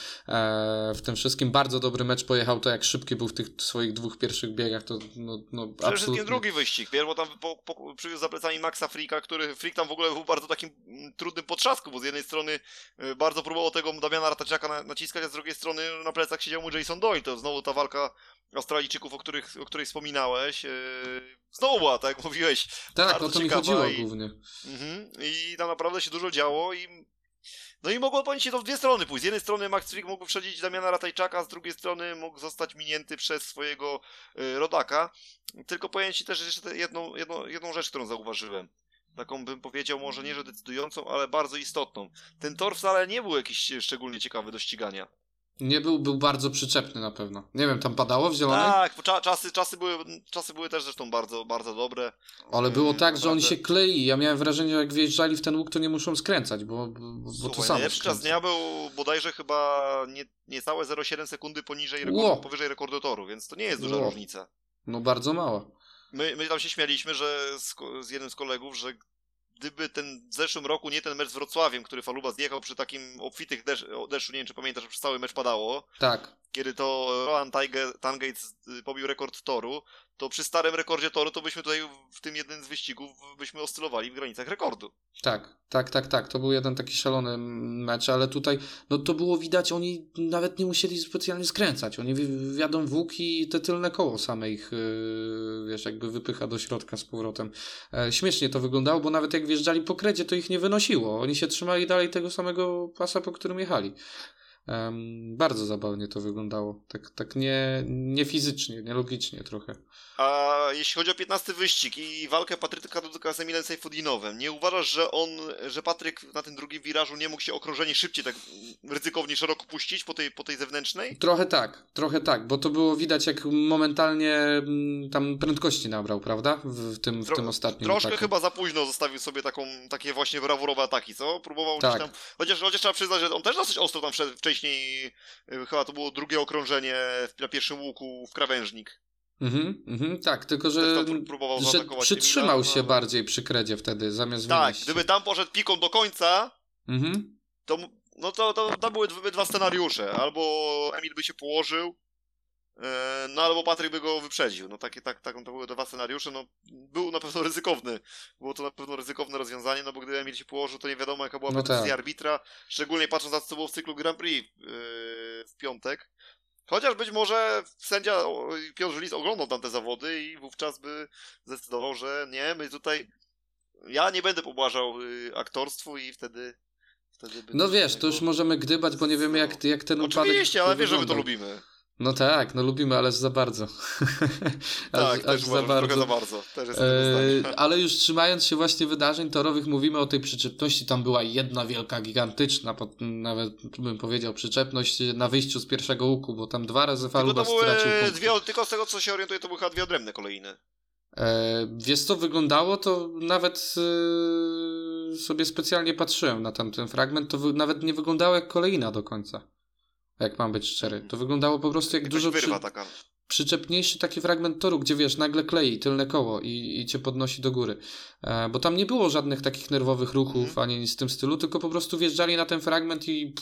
w tym wszystkim. Bardzo dobry mecz pojechał, to jak szybki był w tych swoich 2 pierwszych biegach, to przede wszystkim drugi wyścig, wiesz, bo tam przywiózł za plecami Maxa Fricka, który Frick tam w ogóle był bardzo takim trudnym potrzasku, bo z jednej strony bardzo próbował tego Damiana Rataczaka naciskać, a z drugiej strony na plecach siedział mu Jason Doyle. To znowu ta walka Australijczyków, o której wspominałeś, znowu była, tak jak mówiłeś. Tak, o to mi chodziło głównie. I tam naprawdę się dużo działo i mogło powinien się to w dwie strony pójść. Z jednej strony Max Frick mógł wszedzić Damiana Ratajczaka, a z drugiej strony mógł zostać minięty przez swojego rodaka. Tylko powiem ci też jeszcze jedną rzecz, którą zauważyłem. Taką bym powiedział może nie, że decydującą, ale bardzo istotną. Ten tor wcale nie był jakiś szczególnie ciekawy do ścigania. Nie był bardzo przyczepny na pewno. Nie wiem, tam padało w Zielonej? Tak, czasy były też zresztą bardzo, bardzo dobre. Ale było tak, że oni się klei. Ja miałem wrażenie, że jak wjeżdżali w ten łuk, to nie muszą skręcać, bo słuchaj, to samo najlepszy czas dnia był bodajże chyba niecałe 0,7 sekundy powyżej rekordu toru, więc to nie jest duża różnica. No bardzo mała. My tam się śmialiśmy, że z jednym z kolegów, że gdyby w zeszłym roku nie ten mecz z Wrocławiem, który Faluba zjechał przy takim obfitych deszczu, nie wiem czy pamiętasz, że przez cały mecz padało. Tak. Kiedy to Rohan Tangates pobił rekord toru, to przy starym rekordzie toru to byśmy tutaj w tym jednym z wyścigów byśmy oscylowali w granicach rekordu. Tak. To był jeden taki szalony mecz, ale tutaj no to było widać, oni nawet nie musieli specjalnie skręcać. Oni wjadą w łuk i te tylne koło same ich wiesz, jakby wypycha do środka z powrotem. Śmiesznie to wyglądało, bo nawet jak wjeżdżali po kredzie, to ich nie wynosiło. Oni się trzymali dalej tego samego pasa, po którym jechali. Bardzo zabawnie to wyglądało. Tak nie fizycznie, nie logicznie trochę. A jeśli chodzi o 15 wyścig i walkę Patryka Dudyka z Emilem Sejfudinowem, nie uważasz, że Patryk na tym drugim wirażu nie mógł się okrążenie szybciej, tak ryzykownie szeroko puścić po tej zewnętrznej? Trochę tak, bo to było widać jak momentalnie tam prędkości nabrał, prawda? W tym ostatnim troszkę ataku. Chyba za późno zostawił sobie takie właśnie brawurowe ataki, co? Próbował gdzieś tam, chociaż trzeba przyznać, że on też dosyć ostro tam wszedł wcześniej, chyba to było drugie okrążenie na pierwszym łuku w krawężnik. Tak, tylko że przytrzymał się bardziej przy kredzie wtedy, zamiast wyjść. Tak, gdyby tam poszedł piką do końca, to były dwa scenariusze. Albo Emil by się położył, albo Patryk by go wyprzedził. To były 2 scenariusze. Był na pewno ryzykowny. Było to na pewno ryzykowne rozwiązanie, bo gdy Emil się położył, to nie wiadomo jaka była decyzja arbitra, szczególnie patrząc na to, co było w cyklu Grand Prix w piątek. Chociaż być może sędzia Piotr Lis oglądał tam te zawody i wówczas by zdecydował, że nie, ja nie będę pobłażał aktorstwu i wtedy by... No wiesz, to już możemy gdybać, bo nie wiemy jak ten upadek oczywiście, ale wiesz, że my to lubimy. No tak, no lubimy, ale za bardzo. Tak, też uważam, że trochę za bardzo. Też jestem tego zdania. Ale już trzymając się właśnie wydarzeń torowych, mówimy o tej przyczepności. Tam była jedna wielka, gigantyczna, nawet bym powiedział, przyczepność na wyjściu z pierwszego łuku, bo tam 2 razy Falubas stracił punkt. Tylko z tego, co się orientuję, to były chyba 2 odrębne kolejne. Wiesz co, wyglądało to nawet sobie specjalnie patrzyłem na tamten fragment, to nawet nie wyglądało jak kolejna do końca. Jak mam być szczery. To wyglądało po prostu jak dużo taka. przyczepniejszy taki fragment toru, gdzie wiesz, nagle klei tylne koło i cię podnosi do góry. Bo tam nie było żadnych takich nerwowych ruchów, ani nic w tym stylu, tylko po prostu wjeżdżali na ten fragment i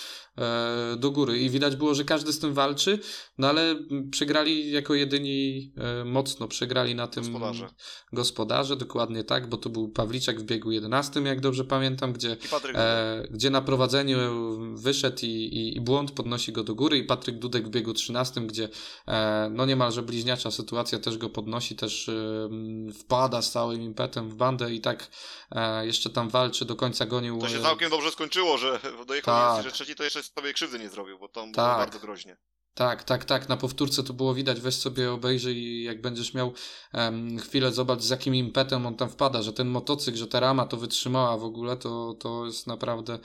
do góry. I widać było, że każdy z tym walczy, no ale przegrali jako jedyni, mocno przegrali na tym gospodarze, dokładnie tak, bo to był Pawliczek w biegu 11, jak dobrze pamiętam, gdzie na prowadzeniu wyszedł i błąd podnosi go do góry, i Patryk Dudek w biegu 13, gdzie no niemalże bliźniacza sytuacja, też go podnosi, też wpada z całym impetem w bandę i tak jeszcze tam walczy, do końca gonił. To się całkiem dobrze skończyło, że dojechał że trzeci to jeszcze sobie krzywdy nie zrobił, bo tam było bardzo groźnie. Tak. Na powtórce to było widać, weź sobie obejrzyj i jak będziesz miał chwilę, zobacz z jakim impetem on tam wpada, że ten motocykl, że ta rama to wytrzymała w ogóle, to jest naprawdę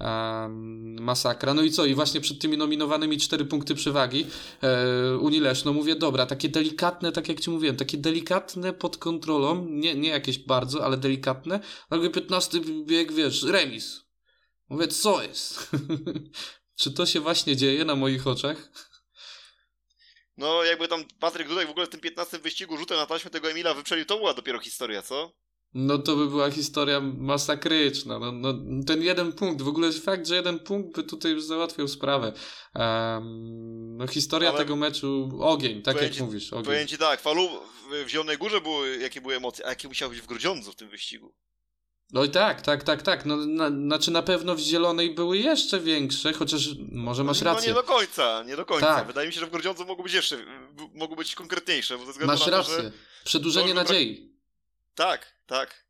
masakra. No i co? I właśnie przed tymi nominowanymi 4 punkty przewagi Unii Leszno mówię, dobra, takie delikatne, tak jak ci mówiłem, takie delikatne pod kontrolą, nie jakieś bardzo, ale delikatne, nagle 15 bieg, wiesz, remis. Mówię, co jest? Czy to się właśnie dzieje na moich oczach? No, jakby tam Patryk Dudek w ogóle w tym 15 wyścigu rzutem na taśmę tego Emila wyprzelił, to była dopiero historia, co? No to by była historia masakryczna. No, ten 1 punkt, w ogóle fakt, że 1 punkt by tutaj już załatwił sprawę. No historia tego meczu, ogień, tak jak mówisz. Ogień. Powiem ci tak, w Zielonej Górze jakie były emocje, a jakie musiały być w Grudziądzu w tym wyścigu. No i tak. No, znaczy na pewno w Zielonej były jeszcze większe, chociaż może masz rację. No nie do końca. Tak. Wydaje mi się, że w Grudziądzu mogły być konkretniejsze. Bo ze względu masz na to, rację. Że przedłużenie nadziei. Tak. Tak.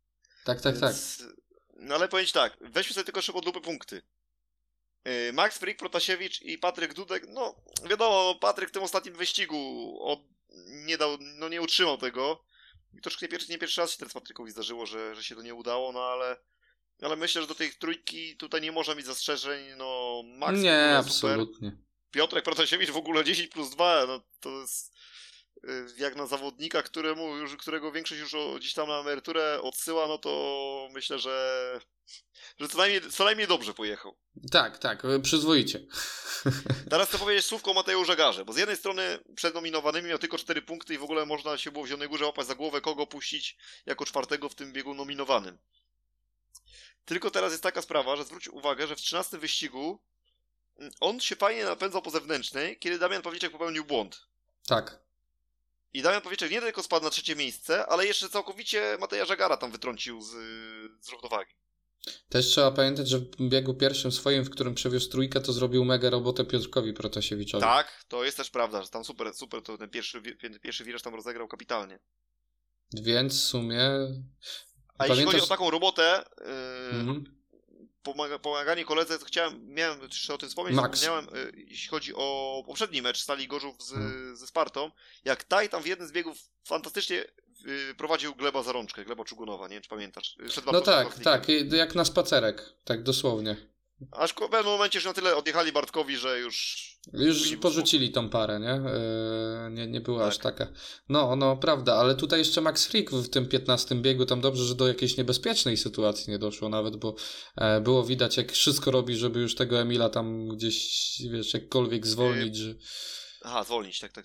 No ale powiem ci tak, weźmy sobie tylko jeszcze pod lupę punkty. Max Frick, Protasiewicz i Patryk Dudek, no wiadomo, Patryk w tym ostatnim wyścigu nie utrzymał tego. I troszkę nie pierwszy raz się teraz Patrykowi zdarzyło, że się to nie udało, no ale myślę, że do tej trójki tutaj nie można mieć zastrzeżeń, no Max nie, absolutnie. Super. Piotrek Protasiewicz w ogóle 10+2, no to jest jak na zawodnika, którego większość już gdzieś tam na emeryturę odsyła, no to myślę, że co najmniej dobrze pojechał. Tak, przyzwoicie. Teraz chcę powiedzieć słówko o Mateuszu Żagarze, bo z jednej strony przed nominowanymi miał tylko 4 punkty i w ogóle można się było w Zielonej Górze łapać za głowę, kogo puścić jako 4 w tym biegu nominowanym. Tylko teraz jest taka sprawa, że zwróć uwagę, że w 13 wyścigu on się fajnie napędzał po zewnętrznej, kiedy Damian Pawliczek popełnił błąd. Tak. I Damian Pawliczek nie tylko spadł na 3 miejsce, ale jeszcze całkowicie Mateja Żagara tam wytrącił z równowagi. Też trzeba pamiętać, że w biegu pierwszym swoim, w którym przewiózł trójkę, to zrobił mega robotę Piotrkowi Protasiewiczowi. Tak, to jest też prawda, że tam super to ten pierwszy wiraż tam rozegrał kapitalnie. Więc w sumie... A jeśli chodzi o taką robotę, pomaganie koledze, to miałem jeszcze o tym wspomnieć, zapomniałem, jeśli chodzi o poprzedni mecz Stali Gorzów ze Spartą, jak tam w jednym z biegów fantastycznie prowadził Gleba za rączkę, Gleba Czugunowa, nie wiem czy pamiętasz. No tak, jak na spacerek, tak dosłownie. Aż w pewnym momencie już na tyle odjechali Bartkowi, że już porzucili tą parę, nie? Nie była aż taka. No, prawda, ale tutaj jeszcze Max Frick w tym 15 biegu, tam dobrze, że do jakiejś niebezpiecznej sytuacji nie doszło nawet, bo było widać, jak wszystko robi, żeby już tego Emila tam gdzieś, wiesz, jakkolwiek zwolnić. Zwolnić, tak.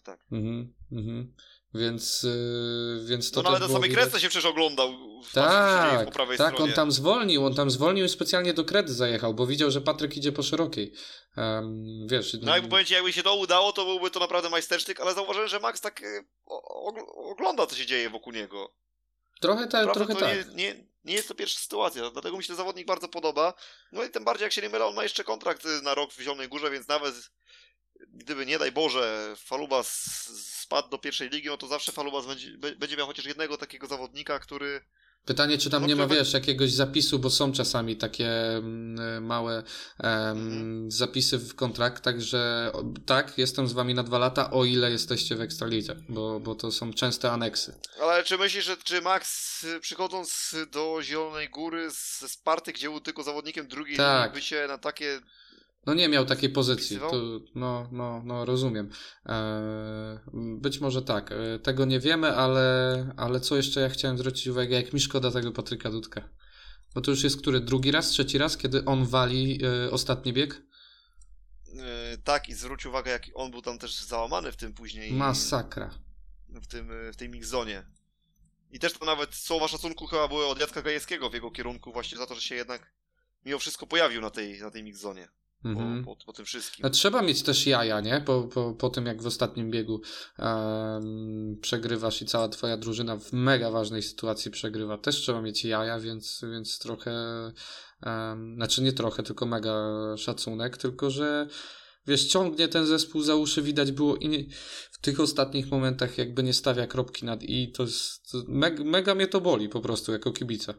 Więc to nawet na samej kresce się przecież oglądał. Tak, po prawej stronie. on tam zwolnił i specjalnie do kredy zajechał, bo widział, że Patryk idzie po szerokiej. Wiesz. No jakby się to udało, to byłby to naprawdę majstersztyk, ale zauważyłem, że Max tak ogląda, co się dzieje wokół niego. Trochę tak. Nie jest to pierwsza sytuacja, dlatego mi się zawodnik bardzo podoba. No i tym bardziej, jak się nie mylę, on ma jeszcze kontrakt na rok w Zielonej Górze, więc nawet gdyby, nie daj Boże, Falubas spadł do pierwszej ligi, no to zawsze Falubas będzie miał chociaż jednego takiego zawodnika, który Pytanie, czy tam nie ma, wiesz, jakiegoś zapisu, bo są czasami takie małe zapisy w kontraktach, że tak, jestem z wami na 2 lata, o ile jesteście w Ekstralidze, bo to są częste aneksy. Ale czy myślisz, że czy Max przychodząc do Zielonej Góry ze Sparty, gdzie był tylko zawodnikiem drugiej linii, by się na takie... No nie miał takiej pozycji, to, no rozumiem. Być może tak, tego nie wiemy, ale co jeszcze ja chciałem zwrócić uwagę, jak mi szkoda tego Patryka Dudka. Bo to już jest drugi raz, trzeci raz, kiedy on wali ostatni bieg? Tak, i zwróć uwagę, jak on był tam też załamany w tym później. Masakra. W tej mix-zonie. I też to nawet słowa szacunku chyba były od Jacka Gajewskiego w jego kierunku właśnie za to, że się jednak mimo wszystko pojawił na tej mix-zonie. Po tym wszystkim. No, trzeba mieć też jaja, nie? Po tym, jak w ostatnim biegu przegrywasz i cała twoja drużyna w mega ważnej sytuacji przegrywa. Też trzeba mieć jaja, więc trochę, znaczy nie trochę, tylko mega szacunek, tylko że wiesz, ciągnie ten zespół za uszy, widać było i w tych ostatnich momentach jakby nie stawia kropki nad i, to jest mega mnie to boli po prostu jako kibica.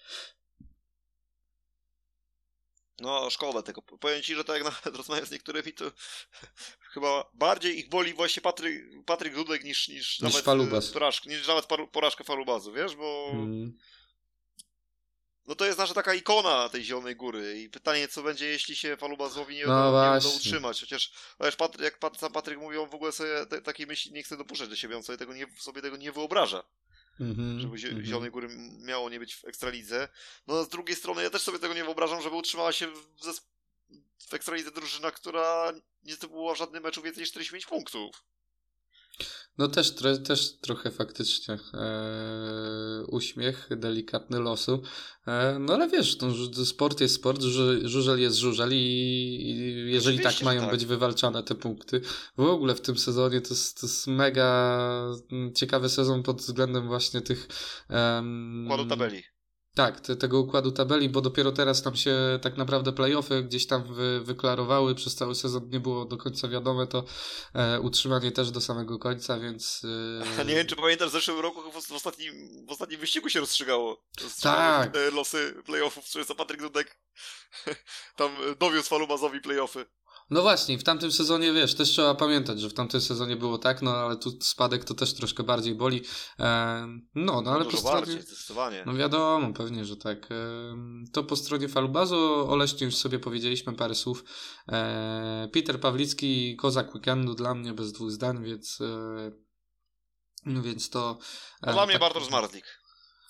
No, szkoda tego. Powiem ci, że tak jak nawet rozmawiam z niektórymi, to chyba bardziej ich boli właśnie Patryk Dudek niż nawet Falubas. Porażkę Falubazu, wiesz, bo no to jest nasza taka ikona tej Zielonej Góry i pytanie, co będzie, jeśli się Falubazowi nie uda utrzymać. Chociaż wiesz, jak sam Patryk mówi, on w ogóle sobie takiej myśli nie chce dopuszczać do siebie, on sobie tego nie wyobraża. Żeby Zielonej Góry miało nie być w Ekstralidze. No z drugiej strony ja też sobie tego nie wyobrażam, żeby utrzymała się w Ekstralidze drużyna, która nie zdobyła w żadnym meczu więcej niż 45 punktów. No też trochę faktycznie uśmiech delikatny losu. No ale wiesz, sport jest sport, żużel jest żużel i jeżeli tak mają być wywalczane te punkty. W ogóle w tym sezonie to jest mega ciekawy sezon pod względem właśnie tych układu tabeli. Tak, tego układu tabeli, bo dopiero teraz tam się tak naprawdę play-offy gdzieś tam wyklarowały, przez cały sezon nie było do końca wiadome, to utrzymanie też do samego końca, więc... Nie wiem, czy pamiętasz, w zeszłym roku w ostatnim wyścigu się rozstrzygało. Tak. Losy play-offów, co Patryk Dudek tam dowiózł Falubazowi play-offy. No właśnie, w tamtym sezonie, wiesz, też trzeba pamiętać, że w tamtym sezonie było tak, no ale tu spadek to też troszkę bardziej boli. No ale po stronie... bardziej, zdecydowanie. No wiadomo, pewnie, że tak. To po stronie Falubazu, o Leśniu już sobie powiedzieliśmy parę słów. Peter Pawlicki, kozak weekendu dla mnie, bez 2 zdań, więc to... A dla mnie Bartosz Zmarzlik.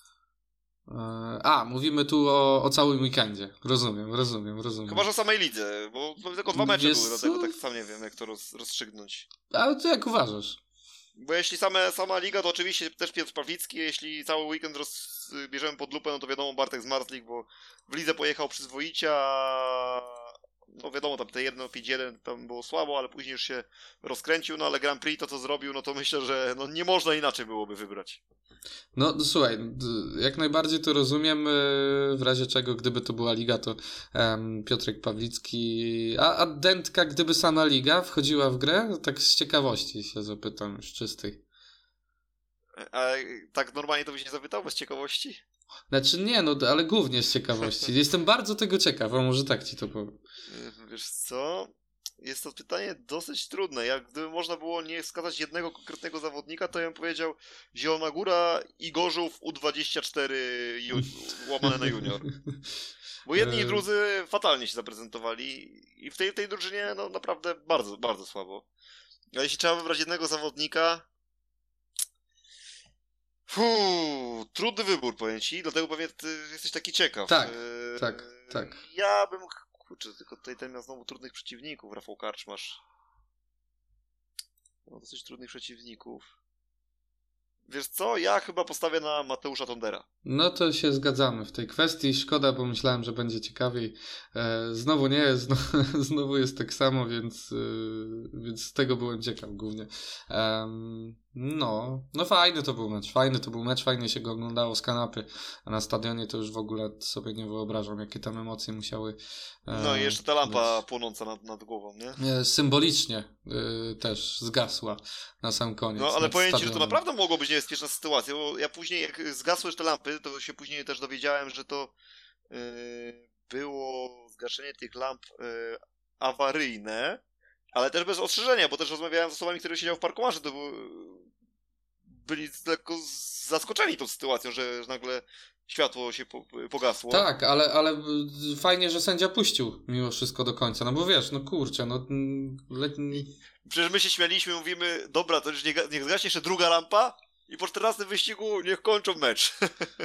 Mówimy tu o całym weekendzie. Rozumiem. Chyba, że o samej lidze, bo tylko 2 mecze były, dlatego tak sam nie wiem, jak to rozstrzygnąć. Ale to jak uważasz? Bo jeśli sama liga, to oczywiście też Piotr Pawlicki, jeśli cały weekend bierzemy pod lupę, no to wiadomo Bartek Zmarzlik, bo w lidze pojechał przyzwoicie, no wiadomo, tam te 1-5-1 tam było słabo, ale później już się rozkręcił, no ale Grand Prix to co zrobił, no to myślę, że no nie można inaczej byłoby wybrać. No słuchaj, jak najbardziej to rozumiem, w razie czego gdyby to była liga, to Piotrek Pawlicki, a Dętka, gdyby sama liga wchodziła w grę, tak z ciekawości się zapytam, już czystej. A tak normalnie to byś nie zapytał, bez ciekawości? Znaczy nie, no ale głównie z ciekawości. Jestem bardzo tego ciekaw, a może tak ci to powiem. Wiesz co? Jest to pytanie dosyć trudne. Gdyby można było nie wskazać jednego konkretnego zawodnika, to ja bym powiedział Zielona Góra i Gorzów U24 łamane na junior. Bo jedni i drudzy fatalnie się zaprezentowali i w tej drużynie no naprawdę bardzo, bardzo słabo. A jeśli trzeba wybrać jednego zawodnika... trudny wybór, powiem ci, dlatego pewnie ty jesteś taki ciekaw. Tak. Ja bym... Kurczę, tylko tutaj ten miał znowu trudnych przeciwników, Rafał Karczmasz. No, dosyć trudnych przeciwników. Wiesz co? Ja chyba postawię na Mateusza Tondera. No to się zgadzamy w tej kwestii. Szkoda, bo myślałem, że będzie ciekawiej. Znowu nie jest, znowu jest tak samo, więc z tego byłem ciekaw głównie. No fajny to był mecz, fajnie się go oglądało z kanapy, a na stadionie to już w ogóle sobie nie wyobrażam, jakie tam emocje musiały No i jeszcze ta lampa być. płonąca nad głową, nie? Symbolicznie też zgasła na sam koniec. No ale nad powiem ci, że to stadionem. naprawdę mogło być niebezpieczna sytuacja, bo ja później, jak zgasły już te lampy, to się później też dowiedziałem, że to było zgaszenie tych lamp awaryjne, ale też bez ostrzeżenia, bo też rozmawiałem z osobami, które siedziały w parkomarze, to byli lekko zaskoczeni tą sytuacją, że nagle światło się pogasło. Tak, ale fajnie, że sędzia puścił mimo wszystko do końca, no bo wiesz, no kurczę, no... Przecież my się śmialiśmy, mówimy, dobra, to już niech zgaśnie jeszcze druga lampa i po 14 wyścigu niech kończą mecz.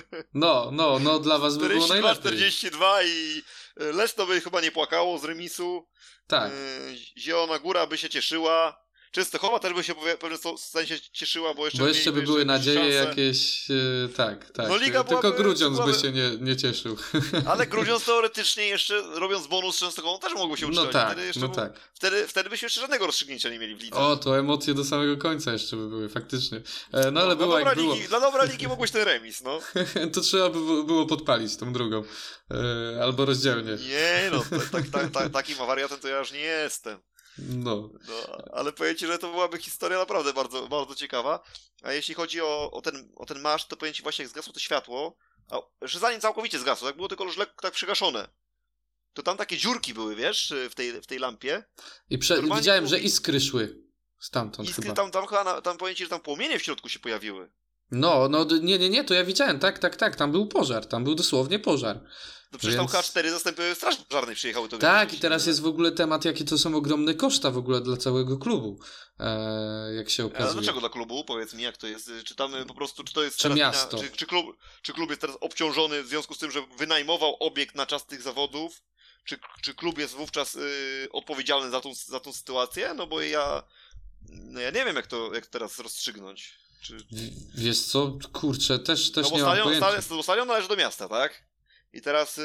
No, dla was by było najlepiej. 42 i Leszno by chyba nie płakało z remisu. Tak. Zielona Góra by się cieszyła. Częstochowa też by się w pewnym sensie cieszyła, bo jeszcze, by były nadzieje szanse. jakieś, tak. No, Liga tylko Grudziądz by byłaby... się nie cieszył. Ale Grudziądz teoretycznie jeszcze, robiąc bonus z Częstochową, też mogło się uczcić. Wtedy byśmy jeszcze żadnego rozstrzygnięcia nie mieli w lidze. O, to emocje do samego końca jeszcze by były, faktycznie. No ale było jak było. Dla dobra ligi mógłbyś ten remis, no. To trzeba by było podpalić tą drugą. Albo rozdzielnie. Nie, no, takim wariatem to ja już nie jestem. No, ale powiem ci, że to byłaby historia naprawdę bardzo, bardzo ciekawa. A jeśli chodzi o ten marsz, to powiem ci właśnie, jak zgasło to światło, że zanim całkowicie zgasło, tak było tylko już lekko tak przygaszone, to tam takie dziurki były, wiesz, w tej lampie. I widziałem, że iskry szły stamtąd chyba. Tam powiem ci, że tam płomienie w środku się pojawiły. No, nie, to ja widziałem, tak, tam był pożar, tam był dosłownie pożar. No przecież tam K4 zastępy straży pożarnej przyjechały. To tak, i teraz jest w ogóle temat, jakie to są ogromne koszta w ogóle dla całego klubu, jak się okazuje. A dlaczego dla klubu? Powiedz mi, jak to jest? Czy tam po prostu, czy to jest... Czy miasto? Czy klub jest teraz obciążony w związku z tym, że wynajmował obiekt na czas tych zawodów? Czy klub jest wówczas odpowiedzialny za tą sytuację? No bo ja nie wiem, jak to teraz rozstrzygnąć. Wiesz co, kurczę, też no nie mam pojęcia. Bo stadion należy do miasta, tak? I teraz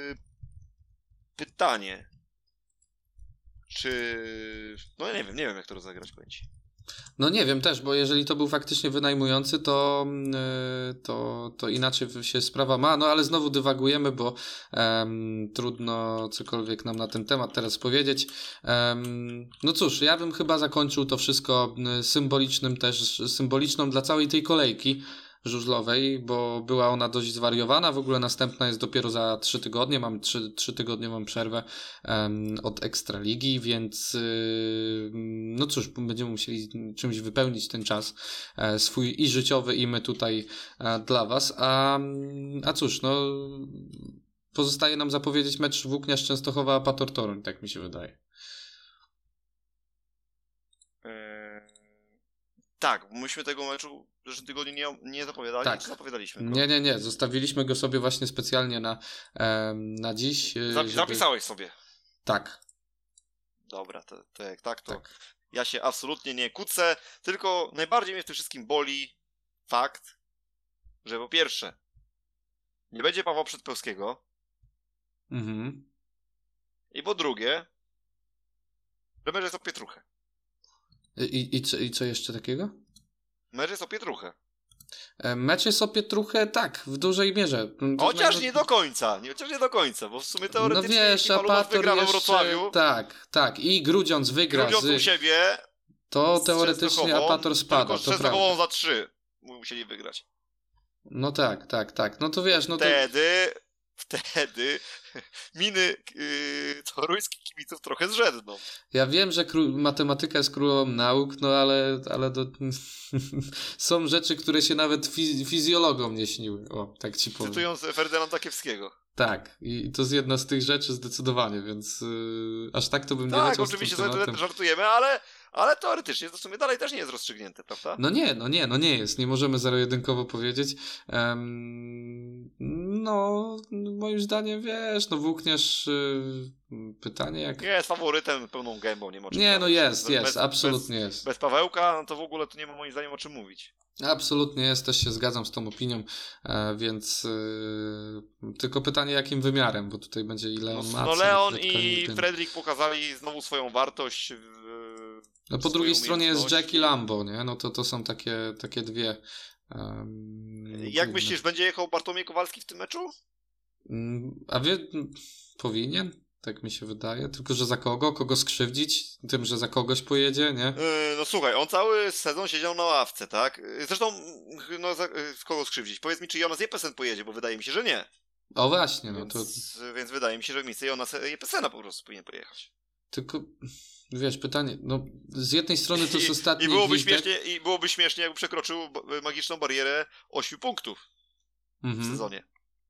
pytanie. Czy... No ja nie wiem jak to rozegrać, powiem ci. No nie wiem też, bo jeżeli to był faktycznie wynajmujący, to inaczej się sprawa ma, no ale znowu dywagujemy, bo trudno cokolwiek nam na ten temat teraz powiedzieć. No cóż, ja bym chyba zakończył to wszystko symboliczną dla całej tej kolejki żużlowej, bo była ona dość zwariowana. W ogóle następna jest dopiero za 3 tygodnie. Mam 3-tygodniową przerwę od Ekstraligi, więc no cóż, będziemy musieli czymś wypełnić ten czas swój i życiowy, i my tutaj dla was. A cóż, no pozostaje nam zapowiedzieć mecz Włókniarz Częstochowa Apator Toruń, tak mi się wydaje. Tak, myśmy tego meczu w zeszłym tygodniu nie zapowiadali, tak. Czy zapowiadaliśmy go? Nie, zostawiliśmy go sobie właśnie specjalnie na dziś. Zapisałeś sobie? Tak. Dobra, to jak tak, to ja się absolutnie nie kłócę, tylko najbardziej mnie w tym wszystkim boli fakt, że po pierwsze nie będzie Pawła Przedpełskiego i po drugie, że mecz jest o Pietruchę. I co jeszcze takiego? Mecz jest o Pietruchę. Mecz jest o Pietruchę, tak, w dużej mierze. Chociaż nie do końca, bo w sumie teoretycznie no wiesz, Apator wygra we Wrocławiu. Tak, i Grudziądz wygra u siebie. To teoretycznie Apator spada, tylko to prawda. Częstochową za 3 musieli wygrać. No tak, no to wiesz, no Wtedy miny toruńskich kibiców trochę zrzedną. Ja wiem, że matematyka jest królową nauk, no ale są rzeczy, które się nawet fizjologom nie śniły. O, tak ci powiem. Cytując Ferdynanda Kiewskiego. Tak, i to jest jedna z tych rzeczy zdecydowanie, więc aż tak to bym nie leciał. Tak, oczywiście sobie żartujemy, ale teoretycznie to w sumie dalej też nie jest rozstrzygnięte, prawda? No nie jest. Nie możemy zero-jedynkowo powiedzieć. No, moim zdaniem, wiesz, no Włókniarz, pytanie jak... Jest faworytem pełną gębą, nie ma czym nie, no jest, absolutnie jest. Bez Pawełka, no to w ogóle to nie ma moim zdaniem o czym mówić. Absolutnie jest, też się zgadzam z tą opinią, więc tylko pytanie jakim wymiarem, bo tutaj będzie i Leon Macy. No Leon i Fredrik pokazali znowu swoją wartość No po drugiej stronie jest Jack i Lambo, nie? No to są takie dwie. Jak myślisz, będzie jechał Bartłomiej Kowalski w tym meczu? A powinien? Tak mi się wydaje. Tylko, że za kogo? Kogo skrzywdzić? Tym, że za kogoś pojedzie, nie? No słuchaj, on cały sezon siedział na ławce, tak? Zresztą, no kogo skrzywdzić? Powiedz mi, czy Jonas Jeppesen pojedzie, bo wydaje mi się, że nie. O właśnie, no więc, to... Więc wydaje mi się, że w miejsce Jonasa Jeppesena po prostu powinien pojechać. Tylko... Wiesz, pytanie, no z jednej strony to jest ostatni I byłoby śmiesznie, jakby przekroczył magiczną barierę 8 punktów w sezonie.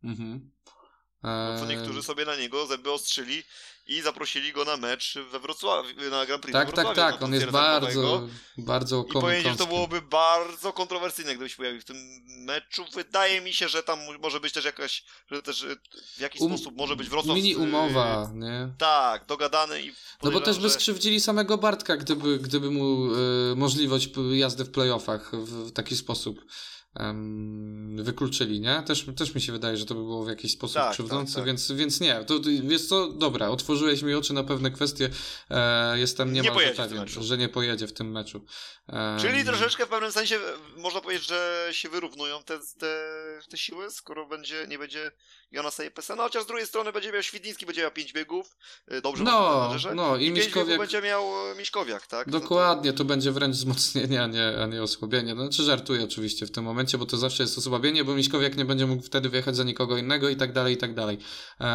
No to niektórzy sobie na niego zęby ostrzyli i zaprosili go na mecz we Wrocławiu, na Grand Prix we Wrocławiu. Tak, on jest bardzo i powiem, że to byłoby bardzo kontrowersyjne, gdyby się pojawił w tym meczu. Wydaje mi się, że tam może być też jakaś, że też w jakiś sposób może być Wrocław... Mini umowa, nie? Tak, dogadany i... No bo też by skrzywdzili samego Bartka, gdyby mu możliwość jazdy w playoffach w taki sposób wykluczyli, nie? Też mi się wydaje, że to by było w jakiś sposób krzywdzące, tak. Więc nie. To wiesz co, dobra, otworzyłeś mi oczy na pewne kwestie. Jestem niemalże pewien, że nie pojedzie w tym meczu. Czyli troszeczkę w pewnym sensie można powiedzieć, że się wyrównują te siły, skoro nie będzie Jonasa Jeppesena, chociaż z drugiej strony będzie miał Świdnicki, będzie miał 5 biegów, dobrze i 5 biegów będzie miał Miśkowiak, tak? Dokładnie, to będzie wręcz wzmocnienie, a nie osłabienie. Znaczy żartuję oczywiście w tym momencie, bo to zawsze jest osłabienie, bo Miśkowiak nie będzie mógł wtedy wyjechać za nikogo innego i tak dalej, i tak dalej.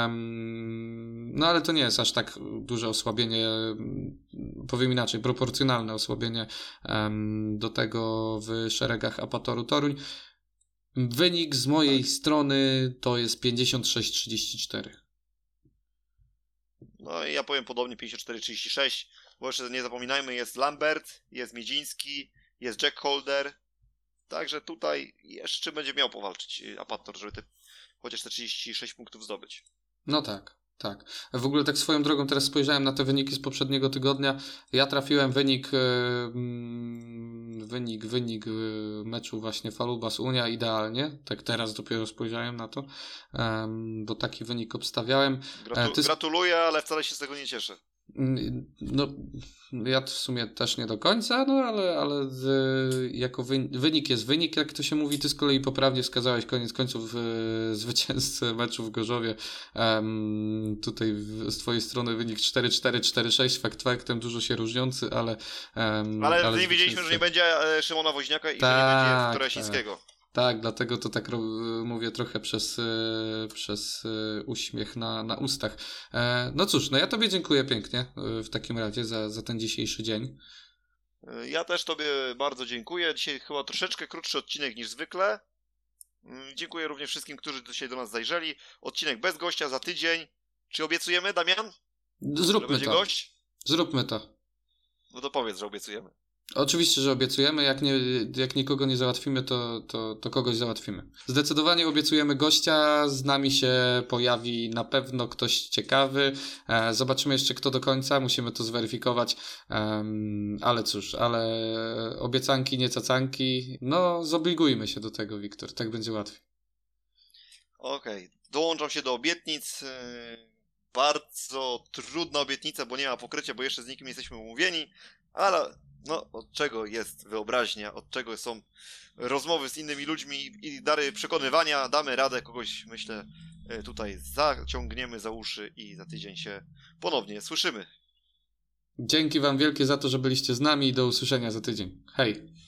No ale to nie jest aż tak duże osłabienie, powiem inaczej, proporcjonalne osłabienie do tego w szeregach Apatoru Toruń. Wynik z mojej strony to jest 56-34. No i ja powiem podobnie 54-36, bo jeszcze nie zapominajmy, jest Lambert, jest Miedziński, jest Jack Holder, także tutaj jeszcze będzie miał powalczyć Apator, żeby chociaż te 36 punktów zdobyć. No tak. W ogóle tak swoją drogą teraz spojrzałem na te wyniki z poprzedniego tygodnia. Ja trafiłem wynik meczu właśnie Falubas Unia idealnie. Tak teraz dopiero spojrzałem na to, bo taki wynik obstawiałem. Gratuluję, ale wcale się z tego nie cieszę. No, ja w sumie też nie do końca, no ale jako wynik jest wynik, jak to się mówi. Ty z kolei poprawnie wskazałeś koniec końców zwycięzcę meczu w Gorzowie. Tutaj z twojej strony wynik 4-4, 4-6, faktem dużo się różniący, ale nie wiedzieliśmy, że nie będzie Szymona Woźniaka i że nie będzie Wiktora Sińskiego. Tak, dlatego to tak mówię trochę przez uśmiech na ustach. No cóż, no ja tobie dziękuję pięknie w takim razie za ten dzisiejszy dzień. Ja też tobie bardzo dziękuję. Dzisiaj chyba troszeczkę krótszy odcinek niż zwykle. Dziękuję również wszystkim, którzy dzisiaj do nas zajrzeli. Odcinek bez gościa za tydzień. Czy obiecujemy, Damian? Zróbmy to. Gość? Zróbmy to. No to powiedz, że obiecujemy. Oczywiście, że obiecujemy. Jak nikogo nie załatwimy, to kogoś załatwimy. Zdecydowanie obiecujemy gościa. Z nami się pojawi na pewno ktoś ciekawy. Zobaczymy jeszcze kto do końca. Musimy to zweryfikować. Ale cóż, obiecanki, nie cacanki. No, zobligujmy się do tego, Wiktor. Tak będzie łatwiej. Okej. Dołączam się do obietnic. Bardzo trudna obietnica, bo nie ma pokrycia, bo jeszcze z nikim nie jesteśmy umówieni. Ale od czego jest wyobraźnia, od czego są rozmowy z innymi ludźmi i dary przekonywania, damy radę, kogoś myślę tutaj zaciągniemy za uszy i za tydzień się ponownie słyszymy. Dzięki wam wielkie za to, że byliście z nami i do usłyszenia za tydzień. Hej!